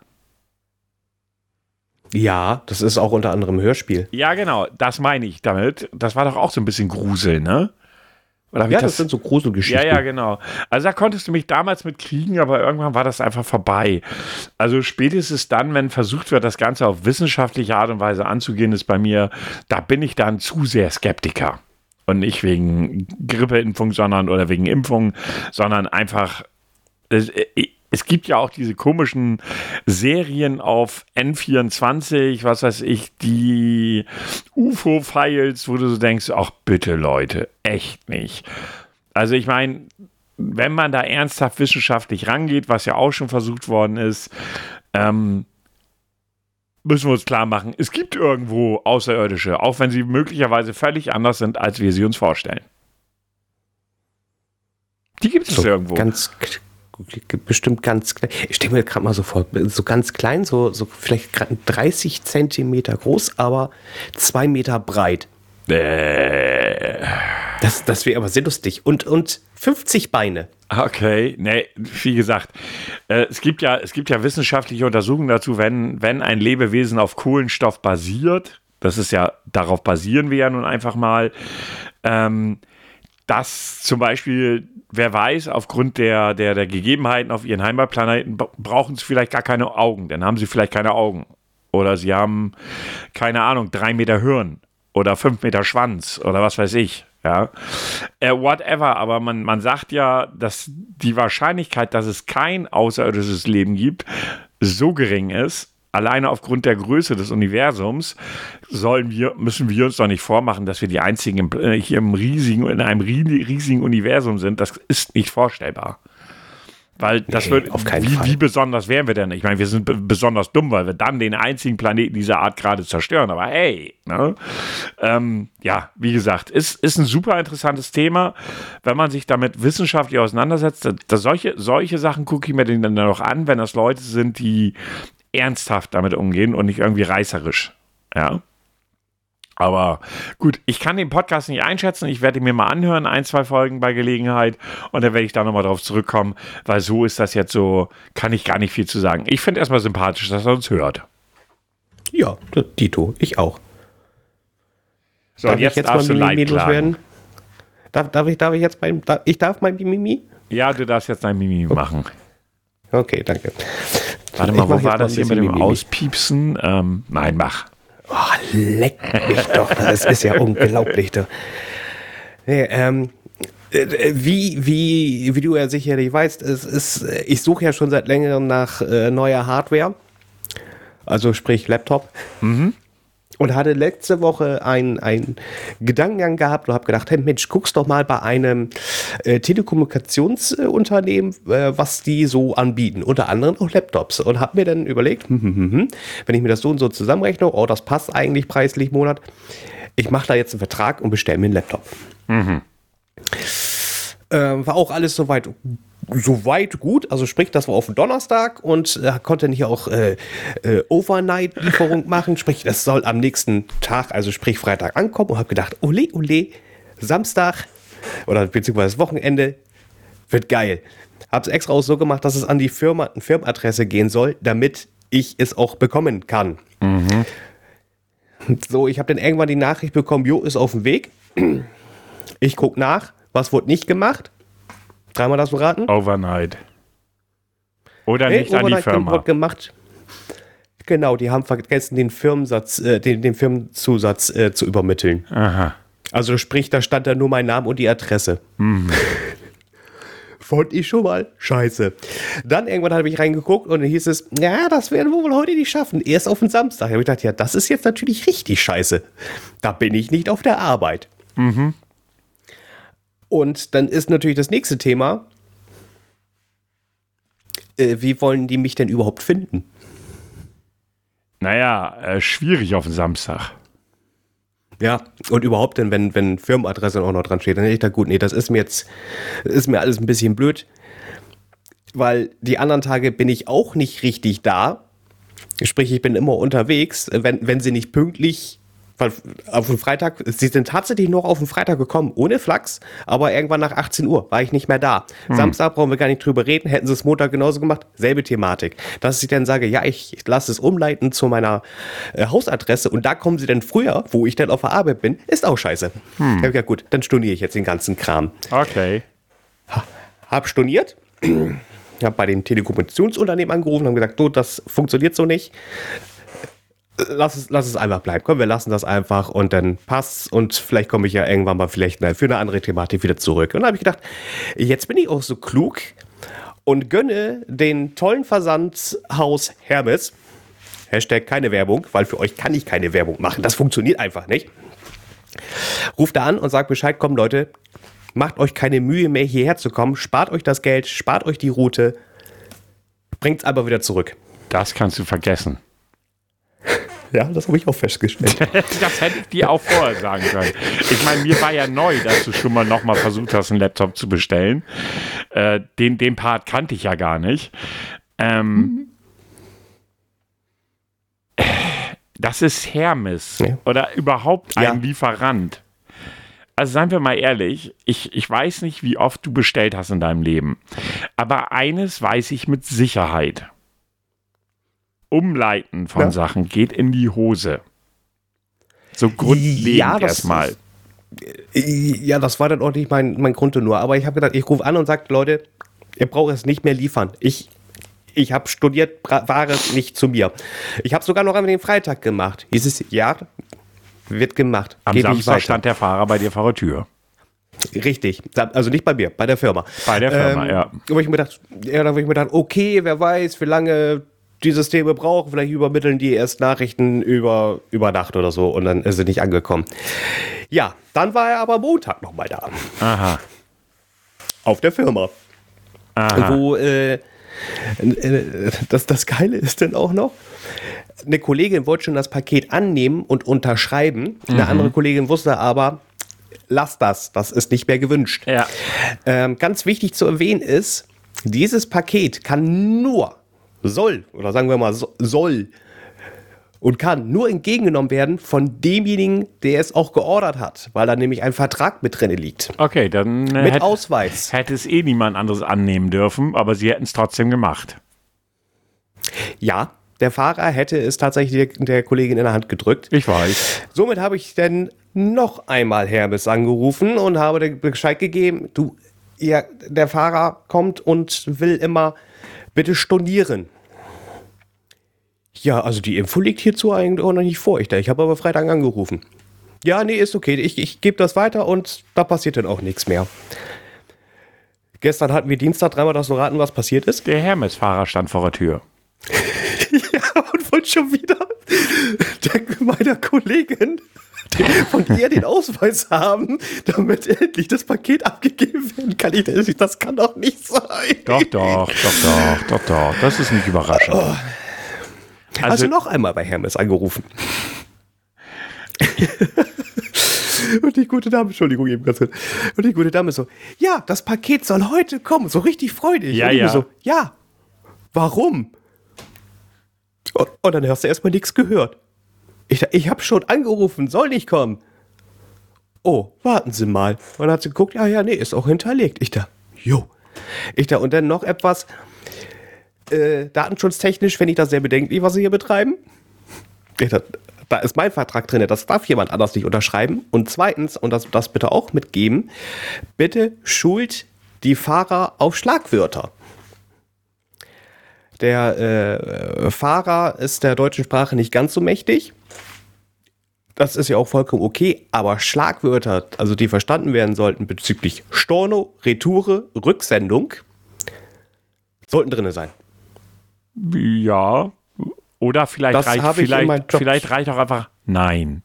Ja, das ist auch unter anderem ein Hörspiel. Ja, genau, das meine ich damit. Das war doch auch so ein bisschen Grusel, ne? Oder hab ich Ja, das, sind so Gruselgeschichten. Ja, ja, genau. Also da konntest du mich damals mit kriegen, aber irgendwann war das einfach vorbei. Also spätestens dann, wenn versucht wird, das Ganze auf wissenschaftliche Art und Weise anzugehen, ist bei mir, da bin ich dann zu sehr Skeptiker. Und nicht wegen Grippeimpfung, sondern oder wegen Impfung, sondern einfach, es, es gibt ja auch diese komischen Serien auf N vierundzwanzig, was weiß ich, die U F O-Files, wo du so denkst, ach bitte Leute, echt nicht. Also ich meine, wenn man da ernsthaft wissenschaftlich rangeht, was ja auch schon versucht worden ist, ähm, müssen wir uns klar machen, es gibt irgendwo Außerirdische, auch wenn sie möglicherweise völlig anders sind, als wir sie uns vorstellen. Die gibt es so irgendwo. Ganz bestimmt ganz klein. Ich stelle mir gerade mal so vor, so ganz klein, so, so vielleicht dreißig Zentimeter groß, aber zwei Meter breit. Äh. Das, das wäre aber sehr lustig. Und, und fünfzig Beine. Okay, nee, wie gesagt, äh, es gibt ja, es gibt ja wissenschaftliche Untersuchungen dazu, wenn, wenn ein Lebewesen auf Kohlenstoff basiert, das ist ja, darauf basieren wir ja nun einfach mal, ähm, dass zum Beispiel, wer weiß, aufgrund der, der, der Gegebenheiten auf ihren Heimatplaneten brauchen sie vielleicht gar keine Augen. Dann haben sie vielleicht keine Augen. Oder sie haben, keine Ahnung, drei Meter Hirn oder fünf Meter Schwanz oder was weiß ich. Ja, äh, whatever. Aber man, man sagt ja, dass die Wahrscheinlichkeit, dass es kein außerirdisches Leben gibt, so gering ist, alleine aufgrund der Größe des Universums, sollen wir, müssen wir uns doch nicht vormachen, dass wir die einzigen im, äh, hier im riesigen, in einem riesigen Universum sind. Das ist nicht vorstellbar. Weil das nee, wird, auf keinen wie, Fall. wie besonders wären wir denn? Ich meine, wir sind b- besonders dumm, weil wir dann den einzigen Planeten dieser Art gerade zerstören. Aber hey, ne? ähm, ja, wie gesagt, ist, ist ein super interessantes Thema, wenn man sich damit wissenschaftlich auseinandersetzt. Da, da solche, solche Sachen gucke ich mir dann noch an, wenn das Leute sind, die ernsthaft damit umgehen und nicht irgendwie reißerisch. Ja. Aber gut, ich kann den Podcast nicht einschätzen. Ich werde ihn mir mal anhören, ein, zwei Folgen bei Gelegenheit. Und dann werde ich da nochmal drauf zurückkommen, weil so ist das jetzt so, kann ich gar nicht viel zu sagen. Ich finde erstmal sympathisch, dass er uns hört. Ja, Dito, ich auch. So, darf und jetzt, ich jetzt darfst mal du Mimimi Leid loswerden? klagen. Darf, darf, ich, darf ich jetzt mein, darf, ich darf mein Mimimi? Ja, du darfst jetzt dein Mimi machen. Okay, danke. Warte Ich mal, mach wo war jetzt das mal hier ein mit dem bisschen Mimimi. Auspiepsen? Ähm, nein, mach. Oh, leck mich doch. Das ist ja unglaublich. Du. Nee, ähm, äh, wie, wie, wie du ja sicherlich weißt, es ist, ich suche ja schon seit längerem nach äh, neuer Hardware. Also sprich Laptop. Mhm. Und hatte letzte Woche einen, einen Gedankengang gehabt und habe gedacht, hey Mensch, guck's doch mal bei einem äh, Telekommunikationsunternehmen, äh, was die so anbieten. Unter anderem auch Laptops. Und habe mir dann überlegt, hm, hm, hm, hm, wenn ich mir das so und so zusammenrechne, oh, das passt eigentlich preislich im Monat. Ich mache da jetzt einen Vertrag und bestelle mir einen Laptop. Mhm. Äh, war auch alles soweit soweit gut, also sprich, das war auf den Donnerstag und äh, konnte nicht auch äh, äh, Overnight-Lieferung machen, sprich, das soll am nächsten Tag, also sprich Freitag ankommen und habe gedacht, ole, ole, Samstag oder beziehungsweise das Wochenende wird geil. Habe es extra auch so gemacht, dass es an die Firma, Firmenadresse gehen soll, damit ich es auch bekommen kann. Mhm. So, ich habe dann irgendwann die Nachricht bekommen, Jo, ist auf dem Weg. Ich gucke nach, was wurde nicht gemacht? Dreimal das raten? Overnight. Oder Nee, nicht an die Overnight Firma. wurde gemacht. Genau, die haben vergessen, den Firmensatz, äh, den, den Firmenzusatz äh, zu übermitteln. Aha. Also sprich, da stand da nur mein Name und die Adresse. Mhm. Fand ich schon mal scheiße. Dann irgendwann habe ich reingeguckt und dann hieß es, ja, das werden wir wohl heute nicht schaffen. Erst auf den Samstag. Da habe ich gedacht, ja, das ist jetzt natürlich richtig scheiße. Da bin ich nicht auf der Arbeit. Mhm. Und dann ist natürlich das nächste Thema, äh, wie wollen die mich denn überhaupt finden? Naja, äh, schwierig auf den Samstag. Ja, und überhaupt denn, wenn, wenn Firmenadresse auch noch dran steht, dann hätte ich da gut, nee, das ist mir jetzt, ist mir alles ein bisschen blöd, weil die anderen Tage bin ich auch nicht richtig da. Sprich, ich bin immer unterwegs. Wenn, wenn sie nicht pünktlich weil auf den Freitag, sie sind tatsächlich noch auf den Freitag gekommen, ohne Flachs, aber irgendwann nach achtzehn Uhr war ich nicht mehr da. Hm. Samstag brauchen wir gar nicht drüber reden, hätten sie es Montag genauso gemacht, selbe Thematik. Dass ich dann sage, ja, ich lasse es umleiten zu meiner äh, Hausadresse und da kommen sie dann früher, wo ich dann auf der Arbeit bin, ist auch scheiße. Hm. Ja gut, dann storniere ich jetzt den ganzen Kram. Okay. Ha, hab storniert. Ich habe bei dem Telekommunikationsunternehmen angerufen und haben gesagt, du, das funktioniert so nicht. Lass es, lass es einfach bleiben. Komm, wir lassen das einfach und dann passt's und vielleicht komme ich ja irgendwann mal vielleicht für eine andere Thematik wieder zurück. Und dann habe ich gedacht, jetzt bin ich auch so klug und gönne den tollen Versandhaus Hermes, Hashtag keine Werbung, weil für euch kann ich keine Werbung machen. Das funktioniert einfach nicht. Ruft da an und sagt Bescheid, komm Leute, macht euch keine Mühe mehr hierher zu kommen, spart euch das Geld, spart euch die Route, bringt's aber wieder zurück. Das kannst du vergessen. Ja, das habe ich auch festgestellt. Das hätte ich dir auch vorher sagen können. Ich meine, mir war ja neu, dass du schon mal nochmal versucht hast, einen Laptop zu bestellen. Äh, den, den Part kannte ich ja gar nicht. Ähm, mhm. Das ist Hermes ja. oder überhaupt ein ja. Lieferant. Also seien wir mal ehrlich, ich, ich weiß nicht, wie oft du bestellt hast in deinem Leben. Aber eines weiß ich mit Sicherheit. Umleiten von ja. Sachen geht in die Hose. So grundlegend ja, erstmal. Ja, das war dann auch nicht mein, mein Grundtenor. Aber ich habe gedacht, ich rufe an und sage, Leute, ihr braucht es nicht mehr liefern. Ich, ich habe studiert, Ware nicht zu mir. Ich habe sogar noch an den Freitag gemacht. Hieß es, ja, wird gemacht. Am Geht Samstag stand der Fahrer bei dir vor der Tür. Richtig, also nicht bei mir, bei der Firma. Bei der Firma, ähm, ja. Wo ich mir gedacht, ja, da habe ich mir gedacht, okay, wer weiß, wie lange die Systeme brauchen, vielleicht übermitteln die erst Nachrichten über, über Nacht oder so und dann ist sie nicht angekommen. Ja, dann war er aber Montag nochmal da. Aha. Auf der Firma. Aha. Wo, äh, das, das Geile ist dann auch noch, eine Kollegin wollte schon das Paket annehmen und unterschreiben. Eine mhm. andere Kollegin wusste aber, lass das, das ist nicht mehr gewünscht. Ja. Ähm, ganz wichtig zu erwähnen ist, dieses Paket kann nur, soll, oder sagen wir mal so, soll und kann nur entgegengenommen werden von demjenigen, der es auch geordert hat, weil da nämlich ein Vertrag mit drin liegt. Okay, dann äh, mit hätte, Ausweis. Hätte es eh niemand anderes annehmen dürfen, aber sie hätten es trotzdem gemacht. Ja, der Fahrer hätte es tatsächlich der, der Kollegin in der Hand gedrückt. Ich weiß. Somit habe ich dann noch einmal Hermes angerufen und habe den Bescheid gegeben, du, ja, der Fahrer kommt und will immer bitte stornieren. Ja, also die Info liegt hierzu eigentlich auch noch nicht vor. Ich, ich habe aber Freitag angerufen. Ja, nee, ist okay. Ich, ich gebe das weiter und da passiert dann auch nichts mehr. Gestern hatten wir Dienstag, dreimal das so raten, was passiert ist. Der Hermes-Fahrer stand vor der Tür. Ja, und wollte schon wieder der, meiner Kollegin von ihr den Ausweis haben, damit endlich das Paket abgegeben werden kann. Ich, das kann doch nicht sein. Doch, doch, doch, doch, doch, doch. Das ist nicht überraschend. Oh. Also, also noch einmal bei Hermes angerufen. Und die gute Dame, Entschuldigung, eben ganz kurz. Und die gute Dame so, ja, das Paket soll heute kommen. So richtig freudig. Ja, und ich ja. so, ja, warum? Und, und dann hast du erstmal nichts gehört. Ich, ich habe schon angerufen, soll nicht kommen. Oh, warten Sie mal. Und dann hat sie geguckt, ja, ja, nee, ist auch hinterlegt. Ich da, jo. Ich da, und dann noch etwas äh, datenschutztechnisch, wenn ich das sehr bedenklich, was Sie hier betreiben. Ich da, da ist mein Vertrag drin, das darf jemand anders nicht unterschreiben. Und zweitens, und das, das bitte auch mitgeben, bitte schult die Fahrer auf Schlagwörter. Der äh, Fahrer ist der deutschen Sprache nicht ganz so mächtig. Das ist ja auch vollkommen okay, aber Schlagwörter, also die verstanden werden sollten bezüglich Storno, Retoure, Rücksendung, sollten drin sein. Ja, oder vielleicht das reicht vielleicht, vielleicht reicht auch einfach nein.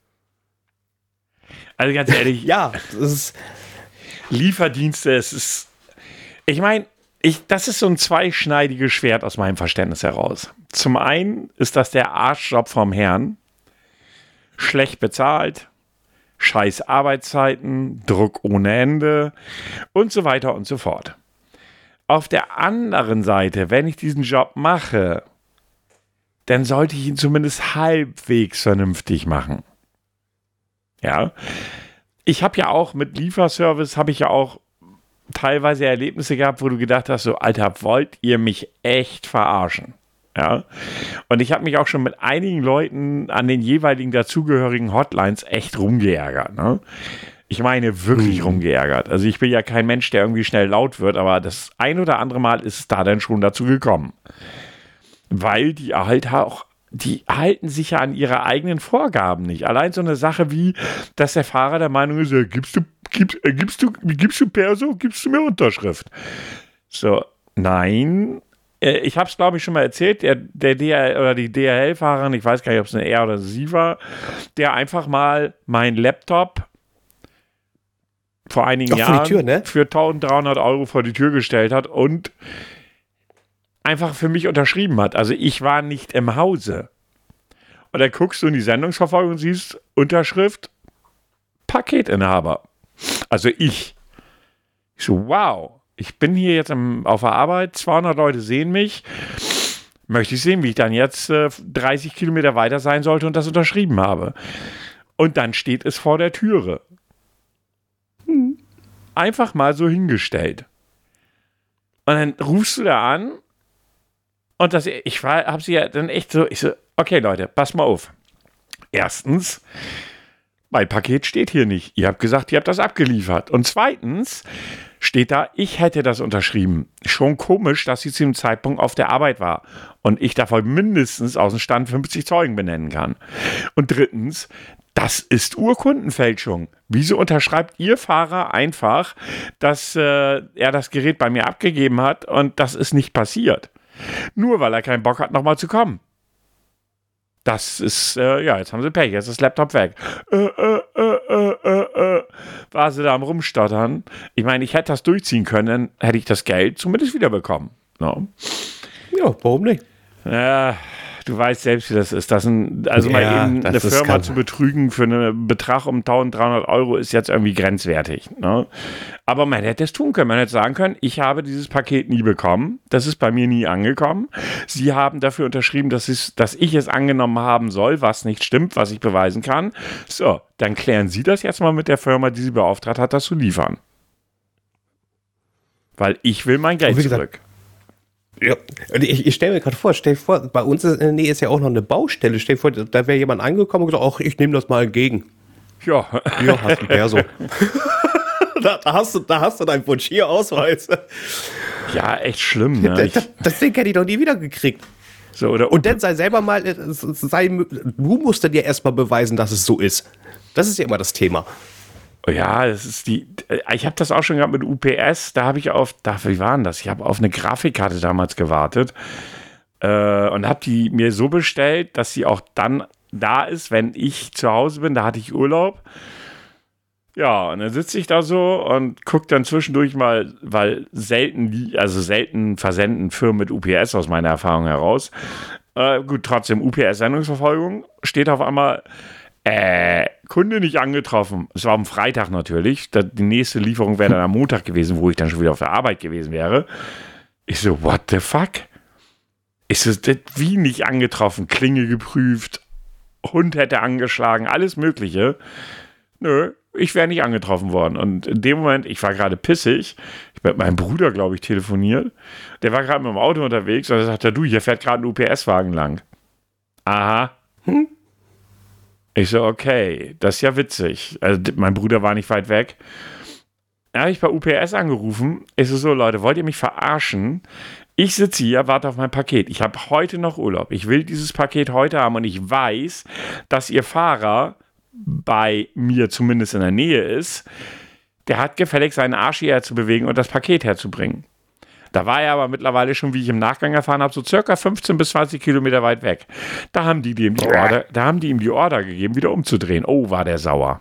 Also ganz ehrlich, ja, das ist Lieferdienste, es ist, ich meine, Ich, das ist so ein zweischneidiges Schwert aus meinem Verständnis heraus. Zum einen ist das der Arschjob vom Herrn. Schlecht bezahlt, scheiß Arbeitszeiten, Druck ohne Ende und so weiter und so fort. Auf der anderen Seite, wenn ich diesen Job mache, dann sollte ich ihn zumindest halbwegs vernünftig machen. Ja. Ich habe ja auch mit Lieferservice, habe ich ja auch teilweise Erlebnisse gehabt, wo du gedacht hast, so, Alter, wollt ihr mich echt verarschen? Ja. Und ich habe mich auch schon mit einigen Leuten an den jeweiligen dazugehörigen Hotlines echt rumgeärgert, ne? Ich meine, wirklich hm. rumgeärgert. Also ich bin ja kein Mensch, der irgendwie schnell laut wird, aber das ein oder andere Mal ist es da dann schon dazu gekommen. Weil die halt auch, die halten sich ja an ihre eigenen Vorgaben nicht. Allein so eine Sache wie, dass der Fahrer der Meinung ist, ja, gibst du, gibst, äh, gibst du, gibst du Perso, gibst du mir Unterschrift. So, nein. Äh, ich habe es, glaube ich, schon mal erzählt, der, der D H L oder die D H L-Fahrerin, ich weiß gar nicht, ob es eine er oder sie war, der einfach mal meinen Laptop vor einigen Doch, Jahren vor die Tür, ne? für eintausenddreihundert Euro vor die Tür gestellt hat und einfach für mich unterschrieben hat. Also ich war nicht im Hause. Und dann guckst du in die Sendungsverfolgung und siehst Unterschrift Paketinhaber. Also ich. Ich so, wow, ich bin hier jetzt im, auf der Arbeit, zweihundert Leute sehen mich. Möchte ich sehen, wie ich dann jetzt äh, dreißig Kilometer weiter sein sollte und das unterschrieben habe. Und dann steht es vor der Türe. Einfach mal so hingestellt. Und dann rufst du da an und das, ich war, hab sie ja dann echt so, ich so, okay Leute, pass mal auf. Erstens, mein Paket steht hier nicht. Ihr habt gesagt, ihr habt das abgeliefert. Und zweitens steht da, ich hätte das unterschrieben. Schon komisch, dass sie zu dem Zeitpunkt auf der Arbeit war und ich davon mindestens aus dem Stand fünfzig Zeugen benennen kann. Und drittens, das ist Urkundenfälschung. Wieso unterschreibt Ihr Fahrer einfach, dass äh, er das Gerät bei mir abgegeben hat und das ist nicht passiert? Nur weil er keinen Bock hat, nochmal zu kommen. Das ist, äh, ja, jetzt haben sie Pech, jetzt ist das Laptop weg. Äh, äh, äh, äh, äh, äh. War sie da am Rumstottern. Ich meine, ich hätte das durchziehen können, dann hätte ich das Geld zumindest wiederbekommen. No. Ja, warum nicht? Ja, du weißt selbst, wie das ist. Das ein, also ja, mal eben eine Firma zu betrügen für einen Betrag um eintausenddreihundert Euro ist jetzt irgendwie grenzwertig. Ne? Aber man hätte es tun können. Man hätte sagen können, ich habe dieses Paket nie bekommen. Das ist bei mir nie angekommen. Sie haben dafür unterschrieben, dass, es, dass ich es angenommen haben soll, was nicht stimmt, was ich beweisen kann. So, dann klären Sie das jetzt mal mit der Firma, die Sie beauftragt hat, das zu liefern. Weil ich will mein Geld zurück. Ja, ich, ich stelle mir gerade vor, stell vor, bei uns in der Nähe ist ja auch noch eine Baustelle. Stell dir vor, da wäre jemand angekommen und gesagt, ach, ich nehme das mal entgegen. Ja. Ja, hast du Perso. da, da, hast du, da hast du deinen Wunsch-Hier-Ausweis. Ja, echt schlimm. Ne? Das, das, das Ding hätte ich doch nie wieder gekriegt. So, oder und dann sei selber mal, sei, du musst dir erstmal beweisen, dass es so ist. Das ist ja immer das Thema. Ja, das ist die. Ich habe das auch schon gehabt mit U P S. Da habe ich auf, da, wie war denn das? Ich habe auf eine Grafikkarte damals gewartet äh, und habe die mir so bestellt, dass sie auch dann da ist, wenn ich zu Hause bin. Da hatte ich Urlaub. Ja, und dann sitze ich da so und gucke dann zwischendurch mal, weil selten, also selten versenden Firmen mit U P S aus meiner Erfahrung heraus. Äh, gut, trotzdem U P S-Sendungsverfolgung steht auf einmal. Äh, Kunde nicht angetroffen. Es war am Freitag natürlich. Die nächste Lieferung wäre dann am Montag gewesen, wo ich dann schon wieder auf der Arbeit gewesen wäre. Ich so, what the fuck? Ist es wie nicht angetroffen? Klinge geprüft, Hund hätte angeschlagen, alles Mögliche. Nö, ich wäre nicht angetroffen worden. Und in dem Moment, ich war gerade pissig. Ich habe mit meinem Bruder, glaube ich, telefoniert. Der war gerade mit dem Auto unterwegs und er sagte, du, hier fährt gerade ein U P S-Wagen lang. Aha. Hm? Ich so, okay, das ist ja witzig. Also mein Bruder war nicht weit weg. Da habe ich bei U P S angerufen. Ich so, so Leute, wollt ihr mich verarschen? Ich sitze hier, warte auf mein Paket. Ich habe heute noch Urlaub. Ich will dieses Paket heute haben und ich weiß, dass ihr Fahrer bei mir zumindest in der Nähe ist. Der hat gefälligst seinen Arsch hierher zu bewegen und das Paket herzubringen. Da war er aber mittlerweile schon, wie ich im Nachgang erfahren habe, so circa fünfzehn bis zwanzig Kilometer weit weg. Da haben die ihm die Order, da haben die ihm die Order gegeben, wieder umzudrehen. Oh, war der sauer.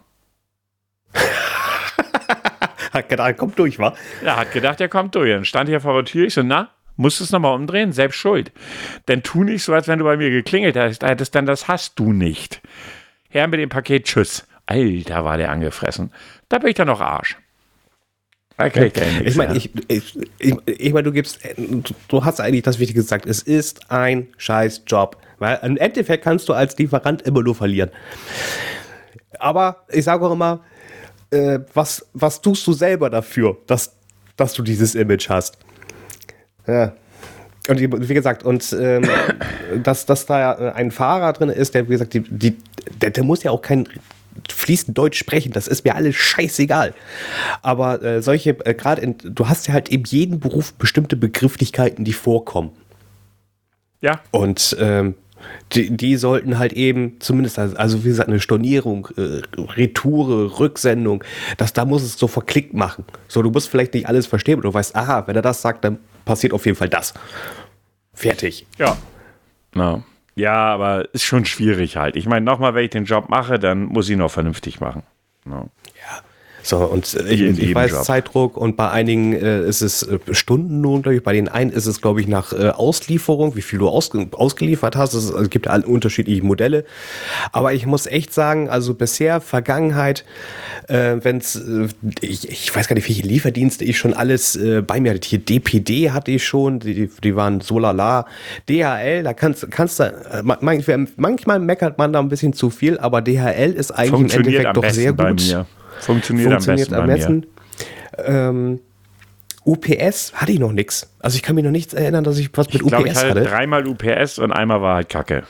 Hat gedacht, er kommt durch, wa? Er hat gedacht, er kommt durch. Dann stand hier vor der Tür. Ich so, na, musst du es nochmal umdrehen? Selbst schuld. Denn tu nicht so, als wenn du bei mir geklingelt hättest, denn das hast du nicht. Her mit dem Paket, tschüss. Alter, war der angefressen. Da bin ich dann noch Arsch. Okay, ich meine, ich, ich, ich, ich meine, du gibst, du hast eigentlich das Wichtige gesagt, es ist ein scheiß Job. Weil im Endeffekt kannst du als Lieferant immer nur verlieren. aber ich sage auch immer, äh, was, was tust du selber dafür, dass, dass du dieses Image hast? Ja. Und wie gesagt, und ähm, dass, dass da ein Fahrer drin ist, der, wie gesagt, die, die, der, der muss ja auch kein fließend Deutsch sprechen, das ist mir alles scheißegal. Aber äh, solche, äh, gerade, du hast ja halt in jedem Beruf bestimmte Begrifflichkeiten, die vorkommen. Ja. Und ähm, die, die sollten halt eben, zumindest, also wie gesagt, eine Stornierung, äh, Retoure, Rücksendung, das, da muss es so verklickt machen. So, du musst vielleicht nicht alles verstehen, aber du weißt, aha, wenn er das sagt, dann passiert auf jeden Fall das. Fertig. Ja. No. Ja, aber ist schon schwierig halt. Ich meine, nochmal, wenn ich den Job mache, dann muss ich ihn auch vernünftig machen. No. Ja. So, und ich, ich weiß, Job. Zeitdruck, und bei einigen äh, ist es äh, Stundenlohn, glaube ich. Bei den einen ist es, glaube ich, nach äh, Auslieferung, wie viel du ausge ausgeliefert hast. Es, es gibt ja alle unterschiedliche Modelle. Aber ich muss echt sagen, also bisher, Vergangenheit, äh, wenn es, äh, ich, ich weiß gar nicht, welche Lieferdienste ich schon alles äh, bei mir hatte. Hier D P D hatte ich schon, die, die waren so lala. D H L, da kannst, kannst du, äh, manchmal, manchmal meckert man da ein bisschen zu viel, aber D H L ist eigentlich im Endeffekt doch sehr gut. Bei mir. Funktioniert, Funktioniert am besten. Am besten. Ähm, U P S hatte ich noch nichts. Also ich kann mich noch nicht erinnern, dass ich was mit ich glaub, U P S ich hatte. Dreimal U P S und einmal war halt Kacke.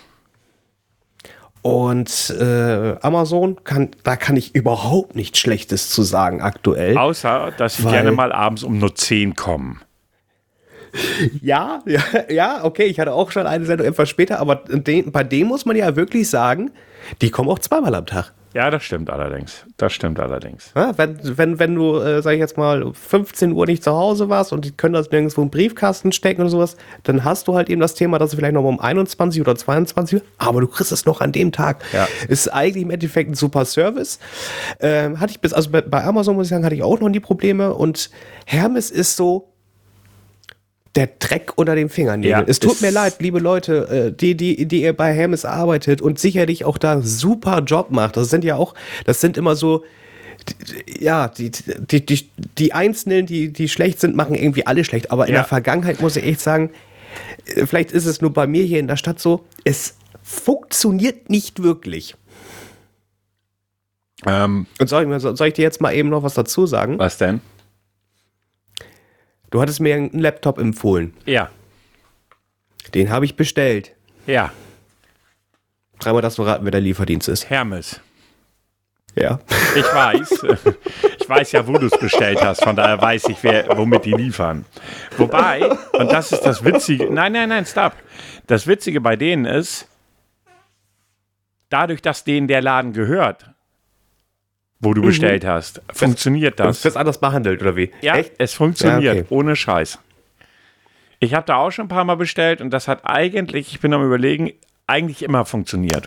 Und äh, Amazon, kann, da kann ich überhaupt nichts Schlechtes zu sagen aktuell. Außer, dass sie gerne mal abends um nur zehn kommen. Ja, ja, ja, okay, ich hatte auch schon eine Sendung etwas später, aber den, bei dem muss man ja wirklich sagen, die kommen auch zweimal am Tag. Ja, das stimmt allerdings. Das stimmt allerdings. Ja, wenn, wenn, wenn du, äh, sag ich jetzt mal, fünfzehn Uhr nicht zu Hause warst und die können das nirgendwo im Briefkasten stecken oder sowas, dann hast du halt eben das Thema, dass du vielleicht noch mal um einundzwanzig oder zweiundzwanzig Uhr, aber du kriegst es noch an dem Tag. Ja. Ist eigentlich im Endeffekt ein super Service. Ähm, hatte ich bis, also bei, bei Amazon muss ich sagen, hatte ich auch noch nie Probleme, und Hermes ist so der Dreck unter den Fingernägeln. Ja, es tut mir leid, liebe Leute, die, die, die ihr bei Hermes arbeitet und sicherlich auch da super Job macht. Das sind ja auch, das sind immer so, ja, die, die, die, die Einzelnen, die, die schlecht sind, machen irgendwie alle schlecht. Aber in ja. der Vergangenheit muss ich echt sagen, vielleicht ist es nur bei mir hier in der Stadt so, es funktioniert nicht wirklich. Ähm, und soll ich, soll ich dir jetzt mal eben noch was dazu sagen? Was denn? Du hattest mir einen Laptop empfohlen. Ja. Den habe ich bestellt. Ja. Dreimal darfst du raten, wer der Lieferdienst ist. Hermes. Ja. Ich weiß. Ich weiß ja, wo du es bestellt hast. Von daher weiß ich, wer, womit die liefern. Wobei, und das ist das Witzige. Nein, nein, nein, stopp. Das Witzige bei denen ist, dadurch, dass denen der Laden gehört, wo du mhm. bestellt hast, funktioniert das. Das ist anders behandelt, oder wie? Ja, Echt? Es funktioniert, ja, okay. Ohne Scheiß. Ich habe da auch schon ein paar Mal bestellt und das hat eigentlich, ich bin am Überlegen, eigentlich immer funktioniert.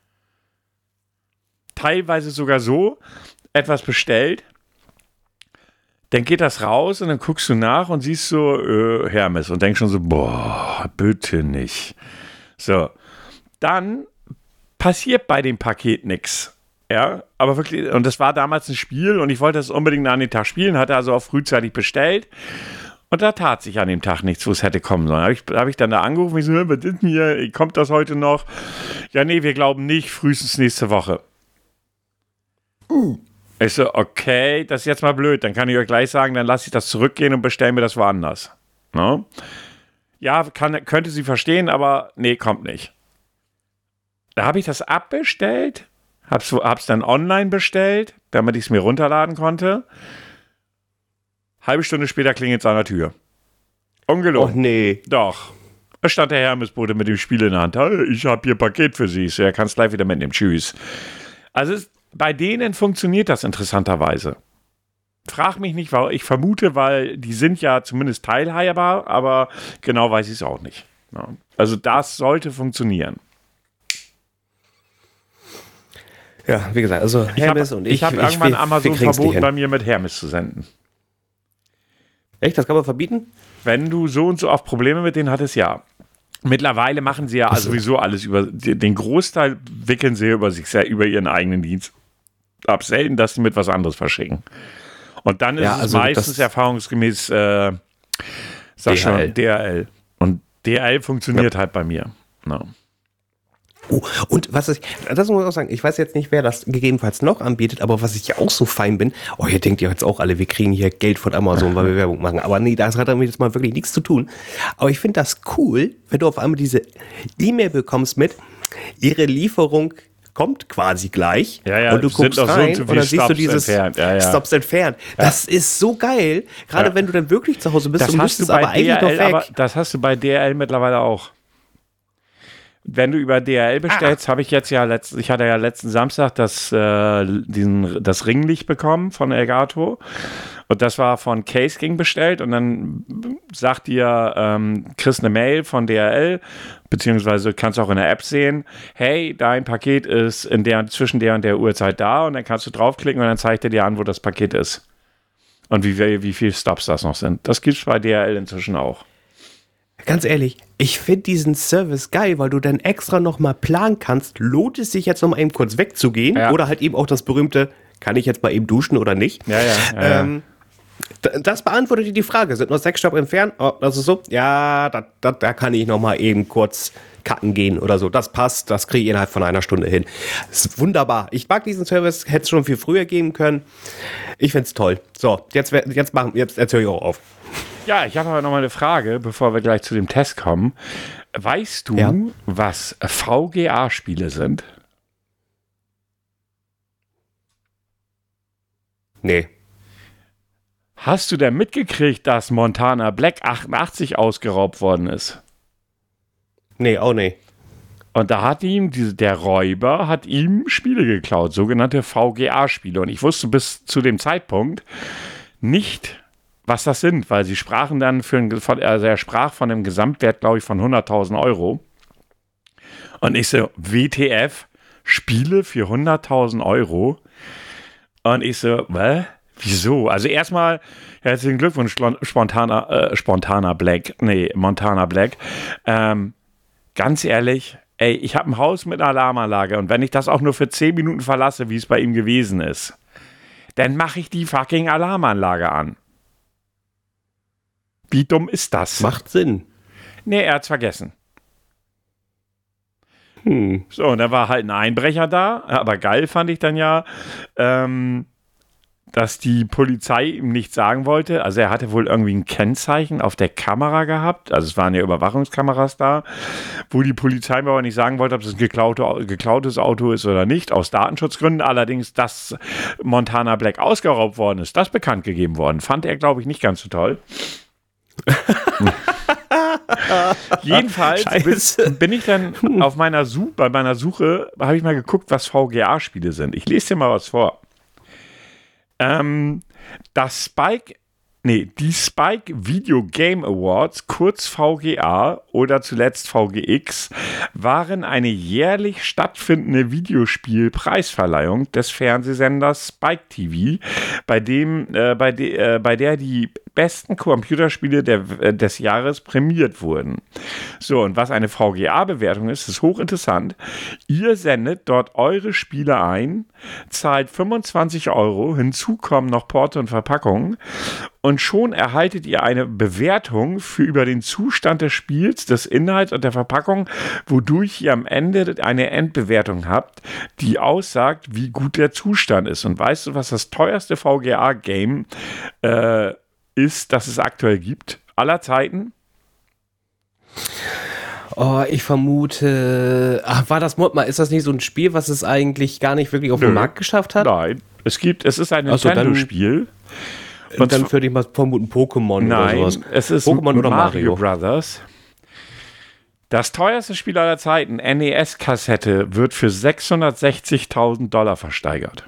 Teilweise sogar so, etwas bestellt, dann geht das raus und dann guckst du nach und siehst so äh, Hermes und denkst schon so, boah, bitte nicht. So, dann passiert bei dem Paket nichts. Ja, aber wirklich, und das war damals ein Spiel und ich wollte das unbedingt an den Tag spielen, hatte also auch frühzeitig bestellt und da tat sich an dem Tag nichts, wo es hätte kommen sollen. Da habe ich, hab ich dann da angerufen, ich so, was ist denn hier, kommt das heute noch? Ja, nee, wir glauben nicht, frühestens nächste Woche. Uh. Ich so, okay, das ist jetzt mal blöd, dann kann ich euch gleich sagen, dann lasse ich das zurückgehen und bestelle mir das woanders. No? Ja, kann, könnte sie verstehen, aber nee, kommt nicht. Da habe ich das abbestellt. Hab's, hab's dann online bestellt, damit ich es mir runterladen konnte. Halbe Stunde später klingelt es an der Tür. Ungelogen. Och nee. Doch. Da stand der Hermesbote mit dem Spiel in der Hand. Hey, ich habe hier ein Paket für Sie. So, er kann es gleich wieder mitnehmen. Tschüss. Also es, bei denen funktioniert das interessanterweise. Frag mich nicht, warum. Ich vermute, weil die sind ja zumindest teilhaber, aber genau weiß ich es auch nicht. Ja. Also das sollte funktionieren. Ja, wie gesagt, also Hermes hab, und ich. Ich habe irgendwann wir, Amazon wir verboten, bei mir mit Hermes zu senden. Echt? Das kann man verbieten? Wenn du so und so oft Probleme mit denen hattest, ja. Mittlerweile machen sie ja also sowieso alles über, den Großteil wickeln sie über sich sehr, über ihren eigenen Dienst ab. Selten, dass sie mit was anderes verschicken. Und dann ist ja, also es meistens erfahrungsgemäß äh, sag D H L. Schon, D H L. Und D H L funktioniert ja. halt bei mir. No. Oh, und was ich, das muss ich auch sagen, ich weiß jetzt nicht, wer das gegebenenfalls noch anbietet, aber was ich ja auch so fein bin, oh, ihr denkt ja jetzt auch alle, wir kriegen hier Geld von Amazon, weil wir Werbung machen, aber nee, das hat damit jetzt mal wirklich nichts zu tun. Aber ich finde das cool, wenn du auf einmal diese E-Mail bekommst mit, ihre Lieferung kommt quasi gleich ja, ja, und du guckst rein so und, und dann siehst du dieses entfernt. Ja, ja. Stops entfernt. Das ja. ist so geil, gerade ja. wenn du dann wirklich zu Hause bist das und müsstest aber eigentlich noch weg. Aber das hast du bei D H L mittlerweile auch. Wenn du über D H L bestellst, ah. habe ich jetzt ja letzt, ich hatte ja letzten Samstag das, äh, diesen, das Ringlicht bekommen von Elgato. Und das war von Case King bestellt. Und dann sagt dir, ähm, kriegst eine Mail von D H L, beziehungsweise kannst du auch in der App sehen, hey, dein Paket ist in der, zwischen der und der Uhrzeit da. Und dann kannst du draufklicken und dann zeigt er dir an, wo das Paket ist. Und wie, wie viele Stops das noch sind. Das gibt es bei D H L inzwischen auch. Ganz ehrlich, ich finde diesen Service geil, weil du dann extra nochmal planen kannst, lohnt es sich jetzt nochmal eben kurz wegzugehen ja. oder halt eben auch das berühmte, kann ich jetzt mal eben duschen oder nicht? Ja, ja, ja, ähm, ja. Das beantwortet dir die Frage, sind nur sechs Stopp entfernt? Oh, das ist so, ja, da, da, da kann ich nochmal eben kurz cutten gehen oder so. Das passt, das kriege ich innerhalb von einer Stunde hin. Das ist wunderbar. Ich mag diesen Service, hätte es schon viel früher geben können. Ich finde es toll. So, jetzt, jetzt, machen, jetzt erzähle ich auch auf. Ja, ich habe aber noch mal eine Frage, bevor wir gleich zu dem Test kommen. Weißt du, ja. was V G A-Spiele sind? Nee. Hast du denn mitgekriegt, dass Montana Black achtundachtzig ausgeraubt worden ist? Nee, auch nicht. Und da hat ihm, diese, der Räuber hat ihm Spiele geklaut, sogenannte V G A-Spiele. Und ich wusste bis zu dem Zeitpunkt nicht, was das sind, weil sie sprachen dann für ein, also er sprach von einem Gesamtwert, glaube ich, von hunderttausend Euro. Und ich so, W T F, Spiele für hunderttausend Euro? Und ich so, was? Wieso? Also erstmal, herzlichen Glückwunsch, Spontana, äh, Spontana Black, nee, Montana Black. Ähm, ganz ehrlich, ey, ich habe ein Haus mit einer Alarmanlage und wenn ich das auch nur für zehn Minuten verlasse, wie es bei ihm gewesen ist, dann mache ich die fucking Alarmanlage an. Wie dumm ist das? Macht Sinn. Nee, er hat's vergessen. Hm. So, und da war halt ein Einbrecher da, aber geil fand ich dann ja, ähm, dass die Polizei ihm nichts sagen wollte. Also er hatte wohl irgendwie ein Kennzeichen auf der Kamera gehabt, also es waren ja Überwachungskameras da, wo die Polizei mir aber nicht sagen wollte, ob es ein geklaute, geklautes Auto ist oder nicht, aus Datenschutzgründen. Allerdings, dass Montana Black ausgeraubt worden ist, das bekannt gegeben worden. Fand er, glaube ich, nicht ganz so toll. Jedenfalls bin, bin ich dann auf meiner Suche, bei meiner Suche habe ich mal geguckt, was V G A-Spiele sind. Ich lese dir mal was vor. Ähm, das Spike, nee, die Spike Video Game Awards, kurz V G A oder zuletzt V G X, waren eine jährlich stattfindende Videospielpreisverleihung des Fernsehsenders Spike T V, bei dem, äh, bei, de, äh, bei der die besten Computerspiele der, äh, des Jahres prämiert wurden. So, und was eine V G A-Bewertung ist, ist hochinteressant. Ihr sendet dort eure Spiele ein, zahlt fünfundzwanzig Euro, hinzu kommen noch Porto und Verpackung und schon erhaltet ihr eine Bewertung für über den Zustand des Spiels, des Inhalts und der Verpackung, wodurch ihr am Ende eine Endbewertung habt, die aussagt, wie gut der Zustand ist. Und weißt du, was das teuerste V G A-Game äh, ist, das es aktuell gibt, aller Zeiten? Oh, ich vermute, ach, war das mal, ist das nicht so ein Spiel, was es eigentlich gar nicht wirklich auf Nö. den Markt geschafft hat? Nein, es gibt, es ist ein Nintendo-Spiel. Und dann würde ich mal vermuten Pokémon Nein, oder sowas. Es ist Pokémon oder Mario Brothers. Das teuerste Spiel aller Zeiten, N E S-Kassette, wird für sechshundertsechzigtausend Dollar versteigert.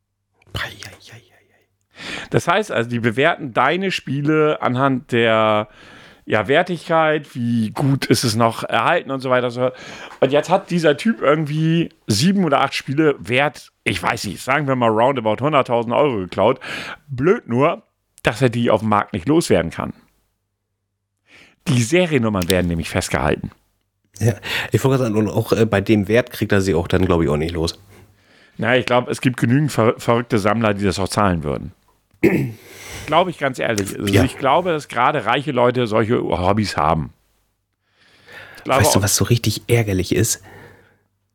Das heißt also, die bewerten deine Spiele anhand der ja, Wertigkeit, wie gut ist es noch erhalten und so weiter. Und jetzt hat dieser Typ irgendwie sieben oder acht Spiele wert, ich weiß nicht, sagen wir mal roundabout hunderttausend Euro geklaut. Blöd nur, dass er die auf dem Markt nicht loswerden kann. Die Seriennummern werden nämlich festgehalten. Ja, ich wollte sagen, und auch äh, bei dem Wert kriegt er sie auch dann, glaube ich, auch nicht los. Na, ich glaube, es gibt genügend ver- verrückte Sammler, die das auch zahlen würden. Glaube ich ganz ehrlich. Also ja. Ich glaube, dass gerade reiche Leute solche Hobbys haben. Weißt du, was so richtig ärgerlich ist?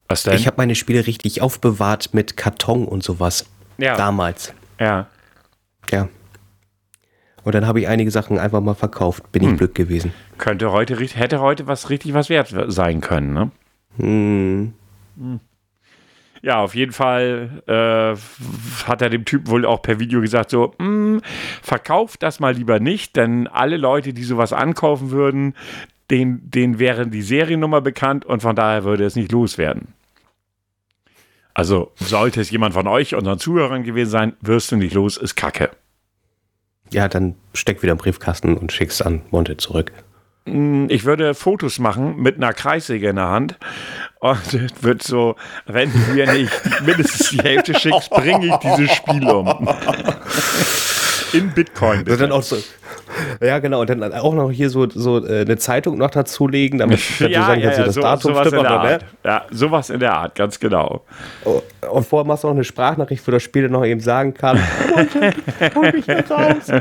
Was denn? Ich habe meine Spiele richtig aufbewahrt mit Karton und sowas. Ja. Damals. Ja. Ja. Und dann habe ich einige Sachen einfach mal verkauft. Bin ich Hm. blöd gewesen. Könnte heute, hätte heute was richtig was wert sein können, ne? Hm. Ja, auf jeden Fall äh, hat er dem Typen wohl auch per Video gesagt, so, mh, verkauft das mal lieber nicht, denn alle Leute, die sowas ankaufen würden, denen, denen wäre die Seriennummer bekannt und von daher würde es nicht loswerden. Also sollte es jemand von euch, unseren Zuhörern gewesen sein, wirst du nicht los, ist Kacke. Ja, dann steck wieder im Briefkasten und schick's an Monte zurück. Ich würde Fotos machen mit einer Kreissäge in der Hand und wird so, wenn du mir nicht mindestens die Hälfte schickst, bringe ich dieses Spiel um. In Bitcoin. Und dann auch so, ja, genau. Und dann auch noch hier so, so äh, eine Zeitung noch dazulegen, damit ja, du sagen ja, kannst, ja, das so, Datum sowas stimmt in der noch, ne? Art. Ja, sowas in der Art, ganz genau. Oh, und vorher machst du noch eine Sprachnachricht, wo das Spiel noch eben sagen kann, Monte, komm ich hier raus.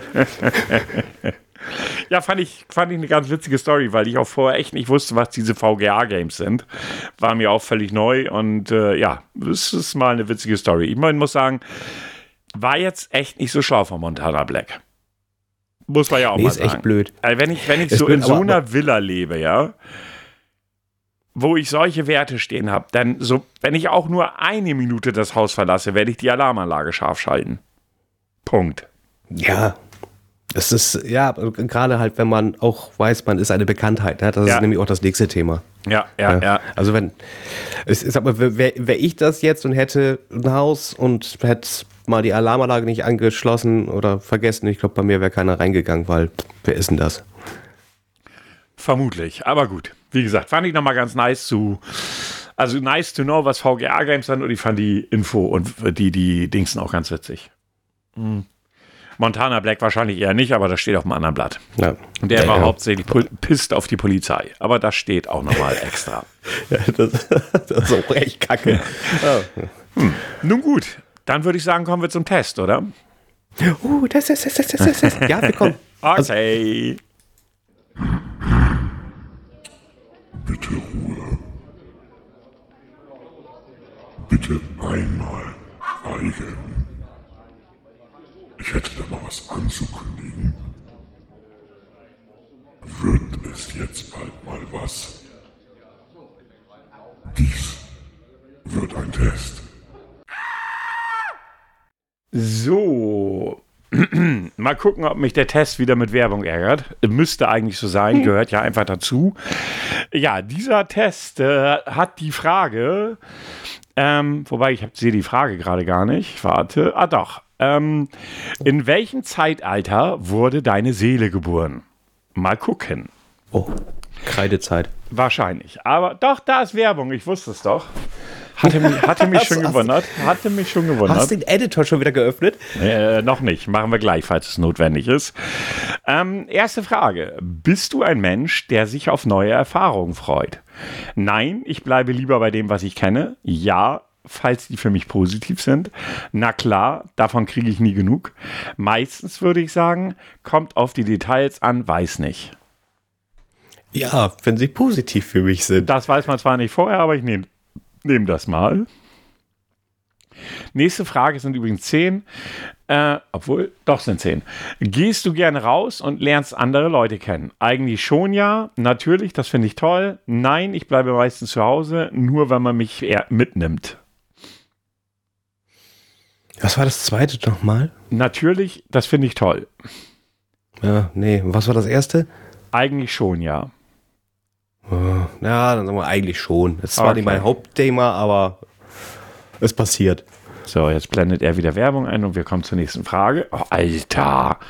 Ja, fand ich, fand ich eine ganz witzige Story, weil ich auch vorher echt nicht wusste, was diese V G A-Games sind. War mir auch völlig neu und äh, ja, das ist mal eine witzige Story. Ich meine, muss sagen, war jetzt echt nicht so schlau von Montana Black. Muss man ja auch Nee, mal ist sagen. echt blöd. Also wenn ich, wenn ich Ist so blöd, in so aber- einer Villa lebe, ja, wo ich solche Werte stehen habe, dann so, wenn ich auch nur eine Minute das Haus verlasse, werde ich die Alarmanlage scharf schalten. Punkt. Ja, das ist, ja, gerade halt, wenn man auch weiß, man ist eine Bekanntheit. Ne? Das Ja. ist nämlich auch das nächste Thema. Ja, ja, ja. Also wenn, ich sag mal, wäre wär ich das jetzt und hätte ein Haus und hätte mal die Alarmanlage nicht angeschlossen oder vergessen, ich glaube, bei mir wäre keiner reingegangen, weil, wer ist denn das? Vermutlich, aber gut. Wie gesagt, fand ich nochmal ganz nice zu, also nice to know, was V G A-Games sind und ich fand die Info und die, die Dingsen auch ganz witzig. Mhm. Montana Black wahrscheinlich eher nicht, aber das steht auf dem anderen Blatt. Ja. Und der ja, war ja. hauptsächlich pol- pisst auf die Polizei. Aber das steht auch nochmal extra. Ja, das, das ist auch echt kacke. Hm. Nun gut, dann würde ich sagen, kommen wir zum Test, oder? Uh, das, das, das, das, das, das. Ja, wir kommen. Okay. Bitte Ruhe. Bitte einmal schweigen. Ich hätte da mal was anzukündigen. Wird es jetzt bald mal was? Dies wird ein Test. So. Mal gucken, ob mich der Test wieder mit Werbung ärgert. Müsste eigentlich so sein, gehört ja einfach dazu. Ja, dieser Test äh, hat die Frage, ähm, wobei ich sehe die Frage gerade gar nicht. Warte, ah doch. Ähm, in welchem Zeitalter wurde deine Seele geboren? Mal gucken. Oh, Kreidezeit. Wahrscheinlich. Aber doch, da ist Werbung. Ich wusste es doch. Hatte mich, hatte mich schon gewundert. Hatte mich schon gewundert. Hast du den Editor schon wieder geöffnet? Äh, noch nicht. Machen wir gleich, falls es notwendig ist. Ähm, erste Frage. Bist du ein Mensch, der sich auf neue Erfahrungen freut? Nein, ich bleibe lieber bei dem, was ich kenne. Ja, falls die für mich positiv sind. Na klar, davon kriege ich nie genug. Meistens würde ich sagen, kommt auf die Details an, weiß nicht. Ja, wenn sie positiv für mich sind. Das weiß man zwar nicht vorher, aber ich nehme nehm das mal. Nächste Frage sind übrigens zehn. Äh, obwohl, doch sind zehn. Gehst du gerne raus und lernst andere Leute kennen? Eigentlich schon, ja. Natürlich, das finde ich toll. Nein, ich bleibe meistens zu Hause, nur wenn man mich eher mitnimmt. Was war das zweite nochmal? Natürlich, das finde ich toll. Ja, nee. Was war das erste? Eigentlich schon, ja. Ja, dann sagen wir eigentlich schon. Es war Okay. nicht mein Hauptthema, aber es passiert. So, jetzt blendet er wieder Werbung ein und wir kommen zur nächsten Frage. Oh, Alter.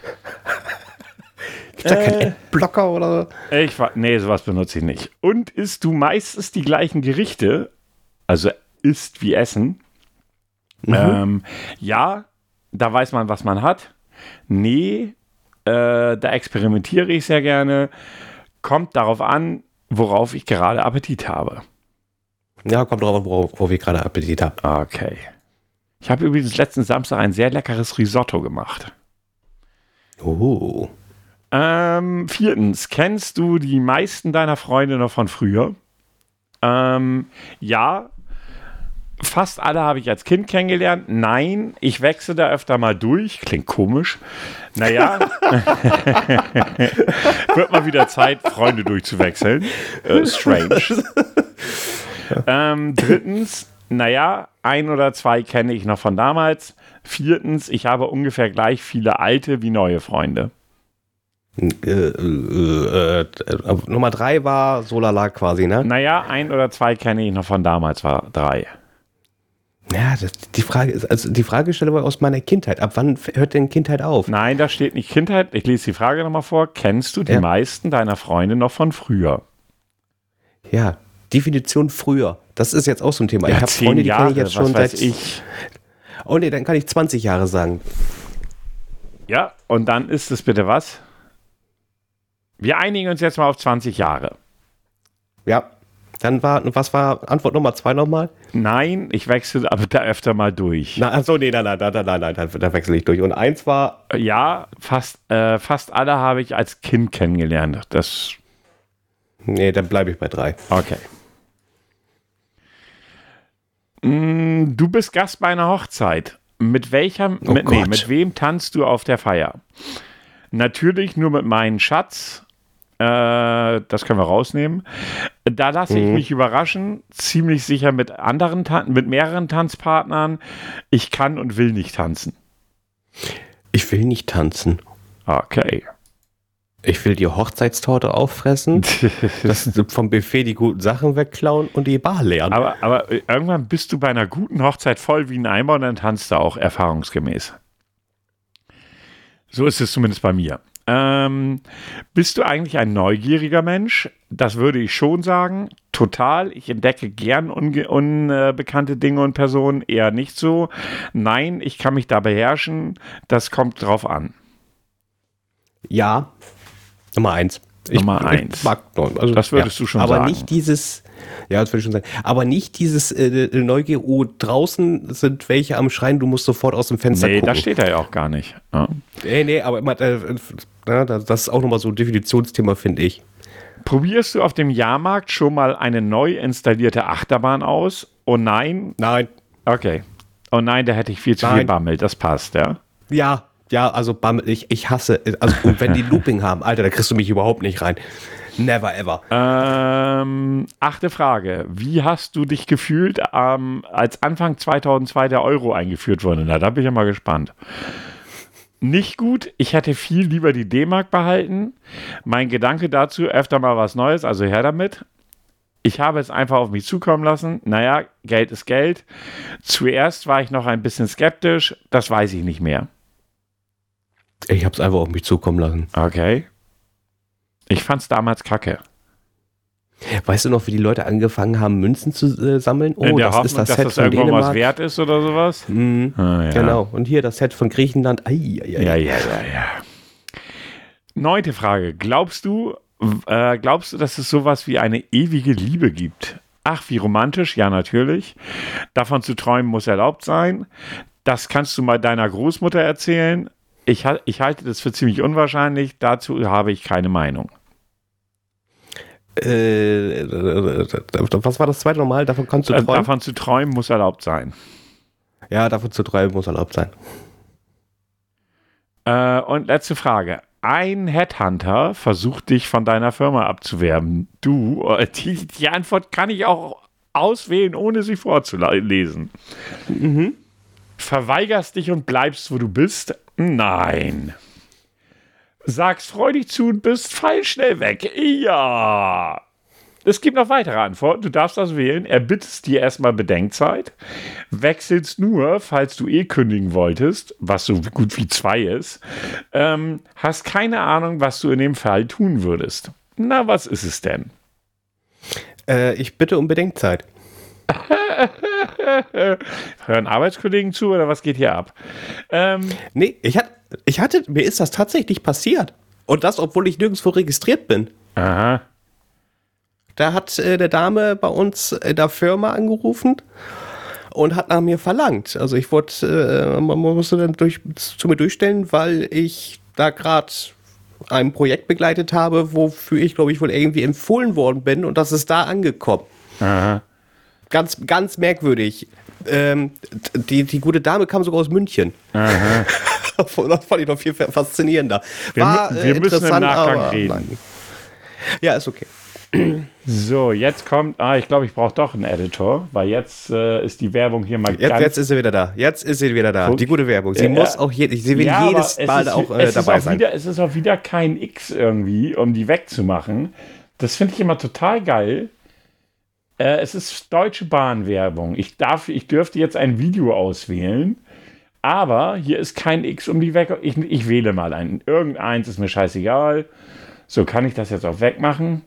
Gibt da keinen Adblocker oder? Ich war, nee, sowas benutze ich nicht. Und isst du meistens die gleichen Gerichte? Also isst wie Essen? Mhm. Ähm, ja, da weiß man, was man hat. Nee, äh, da experimentiere ich sehr gerne. Kommt darauf an, worauf ich gerade Appetit habe. Ja, kommt drauf an, worauf, worauf ich gerade Appetit habe. Okay. Ich habe übrigens letzten Samstag ein sehr leckeres Risotto gemacht. Oh. Ähm, viertens, kennst du die meisten deiner Freunde noch von früher? Ähm, ja, Fast alle habe ich als Kind kennengelernt. Nein, ich wechsle da öfter mal durch. Klingt komisch. Naja, wird mal wieder Zeit, Freunde durchzuwechseln. Äh, strange. ähm, drittens, naja, ein oder zwei kenne ich noch von damals. Viertens, ich habe ungefähr gleich viele alte wie neue Freunde. Äh, äh, äh, Nummer drei war Solala quasi, ne? Naja, ein oder zwei kenne ich noch von damals, war drei. Ja, das, die Frage ist, also die Fragestellung war aus meiner Kindheit. Ab wann hört denn Kindheit auf? Nein, da steht nicht Kindheit. Ich lese die Frage nochmal vor. Kennst du die Ja. meisten deiner Freunde noch von früher? Ja, Definition früher. Das ist jetzt auch so ein Thema. Ja, ich habe zehn Freunde, die Jahre, kenne ich jetzt was schon weiß seit. ich. Oh nee, dann kann ich zwanzig Jahre sagen. Ja, und dann ist es bitte was? Wir einigen uns jetzt mal auf zwanzig Jahre. Ja. Dann war, was war Antwort Nummer zwei nochmal? Nein, ich wechsle aber da öfter mal durch. Na, achso, nee, nein, nein, nein, nein, nein, nein, da, da wechsle ich durch. Und eins war. Ja, fast, äh, fast alle habe ich als Kind kennengelernt. Das, Nee, dann bleibe ich bei drei. okay. Mm, Du bist Gast bei einer Hochzeit. Mit welcher, Oh mit, nee, Gott. mit wem tanzt du auf der Feier? Natürlich nur mit meinem Schatz. Äh, das können wir rausnehmen. Da lasse ich Mhm. mich überraschen. Ziemlich sicher mit anderen, Tan- mit mehreren Tanzpartnern. Ich kann und will nicht tanzen. Ich will nicht tanzen. Okay. Ich will die Hochzeitstorte auffressen, das vom Buffet die guten Sachen wegklauen und die Bar leeren. aber, aber irgendwann bist du bei einer guten Hochzeit voll wie ein Eimer und dann tanzt du auch erfahrungsgemäß. So ist es zumindest bei mir. Ähm, bist du eigentlich ein neugieriger Mensch? Das würde ich schon sagen. Total. Ich entdecke gern unge- unbekannte Dinge und Personen. Eher nicht so. Nein, ich kann mich da beherrschen. Das kommt drauf an. Ja, Nummer eins. Nummer ich, eins. Ich mag, also, Das würdest du schon aber sagen. Aber nicht dieses, ja, das würde ich schon sagen, aber nicht dieses äh, Neugier, oh, draußen sind welche am Schreien, du musst sofort aus dem Fenster Nee, gucken. da steht er ja auch gar nicht. Ja. Nee, nee, aber immer, äh, äh, das ist auch nochmal so ein Definitionsthema, finde ich. Probierst du auf dem Jahrmarkt schon mal eine neu installierte Achterbahn aus? Oh nein. Nein. Okay. Oh nein, da hätte ich viel zu Nein. viel Bammel. Das passt, ja. Ja, ja, also Bammel, ich, ich hasse, also und wenn die Looping haben, Alter, da kriegst du mich überhaupt nicht rein. Never ever. Ähm, achte Frage. Wie hast du dich gefühlt, ähm, als Anfang zweitausendzwei der Euro eingeführt wurde? Na, da bin ich ja mal gespannt. Nicht gut. Ich hätte viel lieber die D-Mark behalten. Mein Gedanke dazu, öfter mal was Neues, also her damit. Ich habe es einfach auf mich zukommen lassen. Naja, Geld ist Geld. Zuerst war ich noch ein bisschen skeptisch. Das weiß ich nicht mehr. Ich hab's einfach auf mich zukommen lassen. Okay. Ich fand's damals kacke. Weißt du noch, wie die Leute angefangen haben, Münzen zu äh, sammeln? Oh, In der das Hoffnung, ist das dass Set das von irgendwann was Dänemark. wert ist oder sowas. Mhm, Ah, ja. Genau. Und hier das Set von Griechenland. Ai, ai, ai. Ja, ja, ja, ja. Neunte Frage. Glaubst du, äh, glaubst du, dass es sowas wie eine ewige Liebe gibt? Ach, wie romantisch. Ja, natürlich. Davon zu träumen muss erlaubt sein. Das kannst du mal deiner Großmutter erzählen. Ich, ha- ich halte das für ziemlich unwahrscheinlich. Dazu habe ich keine Meinung. Äh, was war das zweite nochmal? Davon kannst du Äh, träumen? davon zu träumen muss erlaubt sein. Ja, davon zu träumen muss erlaubt sein. Äh, und letzte Frage. Ein Headhunter versucht dich von deiner Firma abzuwerben. Du, äh, die, die Antwort kann ich auch auswählen, ohne sie vorzulesen. Mhm. Verweigerst dich und bleibst, wo du bist? Nein. Sagst freudig zu und bist pfeilschnell weg? Ja. Es gibt noch weitere Antworten. Du darfst das wählen. Erbittest dir erstmal Bedenkzeit. Wechselst nur, falls du eh kündigen wolltest, was so gut wie zwei ist. Ähm, hast keine Ahnung, was du in dem Fall tun würdest. Na, was ist es denn? Äh, ich bitte um Bedenkzeit. Hören Arbeitskollegen zu oder was geht hier ab? Ähm, Nee, ich, hat, ich hatte, mir ist das tatsächlich passiert. Und das, obwohl ich nirgendwo registriert bin. aha. Da hat äh, eine Dame bei uns in der Firma angerufen und hat nach mir verlangt. Also ich wurde, äh, man musste dann durch, zu mir durchstellen, weil ich da gerade ein Projekt begleitet habe, wofür ich, glaube ich, wohl irgendwie empfohlen worden bin und das ist da angekommen. Aha. ganz, ganz merkwürdig. Ähm, die, die gute Dame kam sogar aus München. Aha. Das fand ich noch viel faszinierender. Wir, War mü- äh, wir müssen im interessant, Nachgang aber reden. nein. Ja, ist okay. So, jetzt kommt, ah, ich glaube, ich brauche doch einen Editor, weil jetzt äh, ist die Werbung hier mal Jetzt, ganz... jetzt ist sie wieder da. Jetzt ist sie wieder da. Guck. Die gute Werbung. Sie Ja, muss ja. auch je, sie will Ja, jedes aber Mal es ist, auch äh, es dabei ist auch sein. wieder, es ist auch wieder kein X irgendwie, um die wegzumachen. Das finde ich immer total geil. Äh, es ist Deutsche Bahn-Werbung. Ich darf, ich dürfte jetzt ein Video auswählen, aber hier ist kein X um die weg. Ich, ich wähle mal ein. Irgendeins ist mir scheißegal. So, kann ich das jetzt auch wegmachen?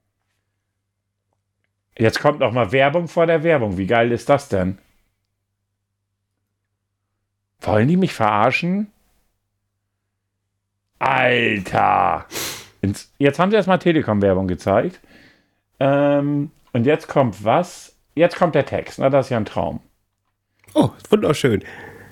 Jetzt kommt noch mal Werbung vor der Werbung. Wie geil ist das denn? Wollen die mich verarschen? Alter! Ins- Jetzt haben sie erstmal Telekom-Werbung gezeigt. Ähm, und jetzt kommt was? Jetzt kommt der Text. Na, das ist ja ein Traum. Oh, wunderschön.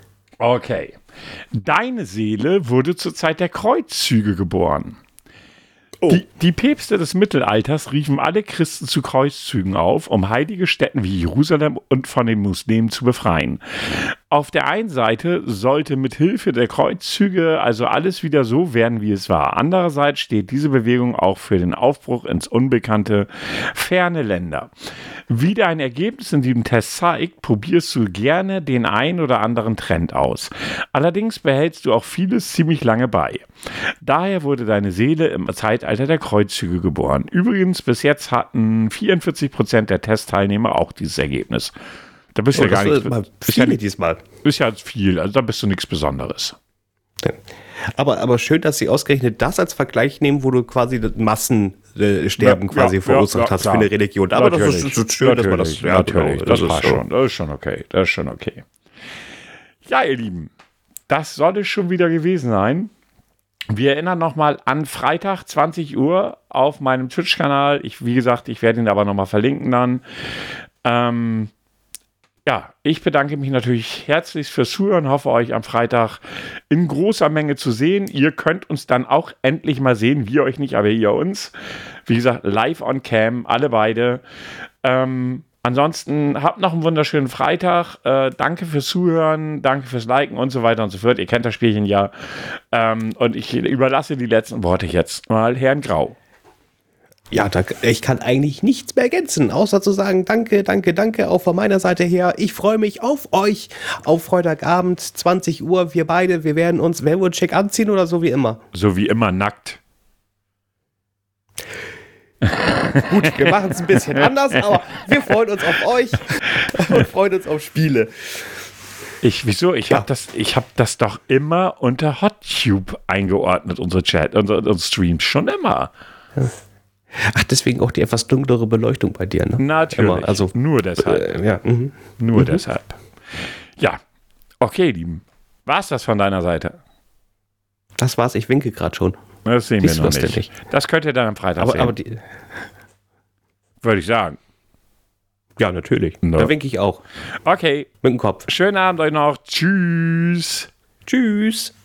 Okay. Deine Seele wurde zur Zeit der Kreuzzüge geboren. Oh. Die, die Päpste des Mittelalters riefen alle Christen zu Kreuzzügen auf, um heilige Städten wie Jerusalem und von den Muslimen zu befreien. Auf der einen Seite sollte mit Hilfe der Kreuzzüge also alles wieder so werden, wie es war. Andererseits steht diese Bewegung auch für den Aufbruch ins unbekannte, ferne Länder. Wie dein Ergebnis in diesem Test zeigt, probierst du gerne den ein oder anderen Trend aus. Allerdings behältst du auch vieles ziemlich lange bei. Daher wurde deine Seele im Zeitalter der Kreuzzüge geboren. Übrigens, bis jetzt hatten vierundvierzig Prozent der Testteilnehmer auch dieses Ergebnis. Da bist du Oh, ja gar das nichts. ist mal Ist ja, viele diesmal. ist ja viel, also da bist du nichts Besonderes. Ja. Aber, aber schön, dass sie ausgerechnet das als Vergleich nehmen, wo du quasi das Massensterben Ja, quasi ja, verursacht ja, hast klar. für eine Religion. Aber das ist, das ist schön, dass man das... Natürlich, natürlich, genau, das, ist passt so. schon. Das ist schon okay. Das ist schon okay. Ja, ihr Lieben, das soll es schon wieder gewesen sein. Wir erinnern nochmal an Freitag, zwanzig Uhr auf meinem Twitch-Kanal. Ich, wie gesagt, ich werde ihn aber nochmal verlinken dann. Ähm, ja, ich bedanke mich natürlich herzlichst fürs Zuhören. Hoffe, euch am Freitag in großer Menge zu sehen. Ihr könnt uns dann auch endlich mal sehen. Wir euch nicht, aber ihr uns. Wie gesagt, live on cam, alle beide. Ähm, ansonsten habt noch einen wunderschönen Freitag. Äh, danke fürs Zuhören, danke fürs Liken und so weiter und so fort. Ihr kennt das Spielchen ja. Ähm, und ich überlasse die letzten Worte jetzt mal Herrn Grau. Ja, danke. Ich kann eigentlich nichts mehr ergänzen, außer zu sagen, danke, danke, danke, auch von meiner Seite her. Ich freue mich auf euch, auf Freitagabend, zwanzig Uhr, wir beide, wir werden uns, werden wir uns schick anziehen oder so wie immer? So wie immer nackt. Gut, wir machen es ein bisschen anders, aber wir freuen uns auf euch und freuen uns auf Spiele. Ich, wieso? Ich Ja. habe das, ich hab das doch immer unter HotTube eingeordnet, unsere Chat, unsere, unsere Streams, schon immer. Ach, deswegen auch die etwas dunklere Beleuchtung bei dir, ne? Natürlich, Immer, also, nur deshalb. Äh, ja, mhm. Nur deshalb. Ja, okay, Lieben. War's das von deiner Seite? Das war's, ich winke gerade schon. Das sehen Siehst wir du noch das nicht. denn nicht? Das könnt ihr dann am Freitag Aber, sehen, aber die, würde ich sagen. ja, natürlich. No. Da winke ich auch. Okay, Mit dem Kopf. schönen Abend euch noch. Tschüss. Tschüss.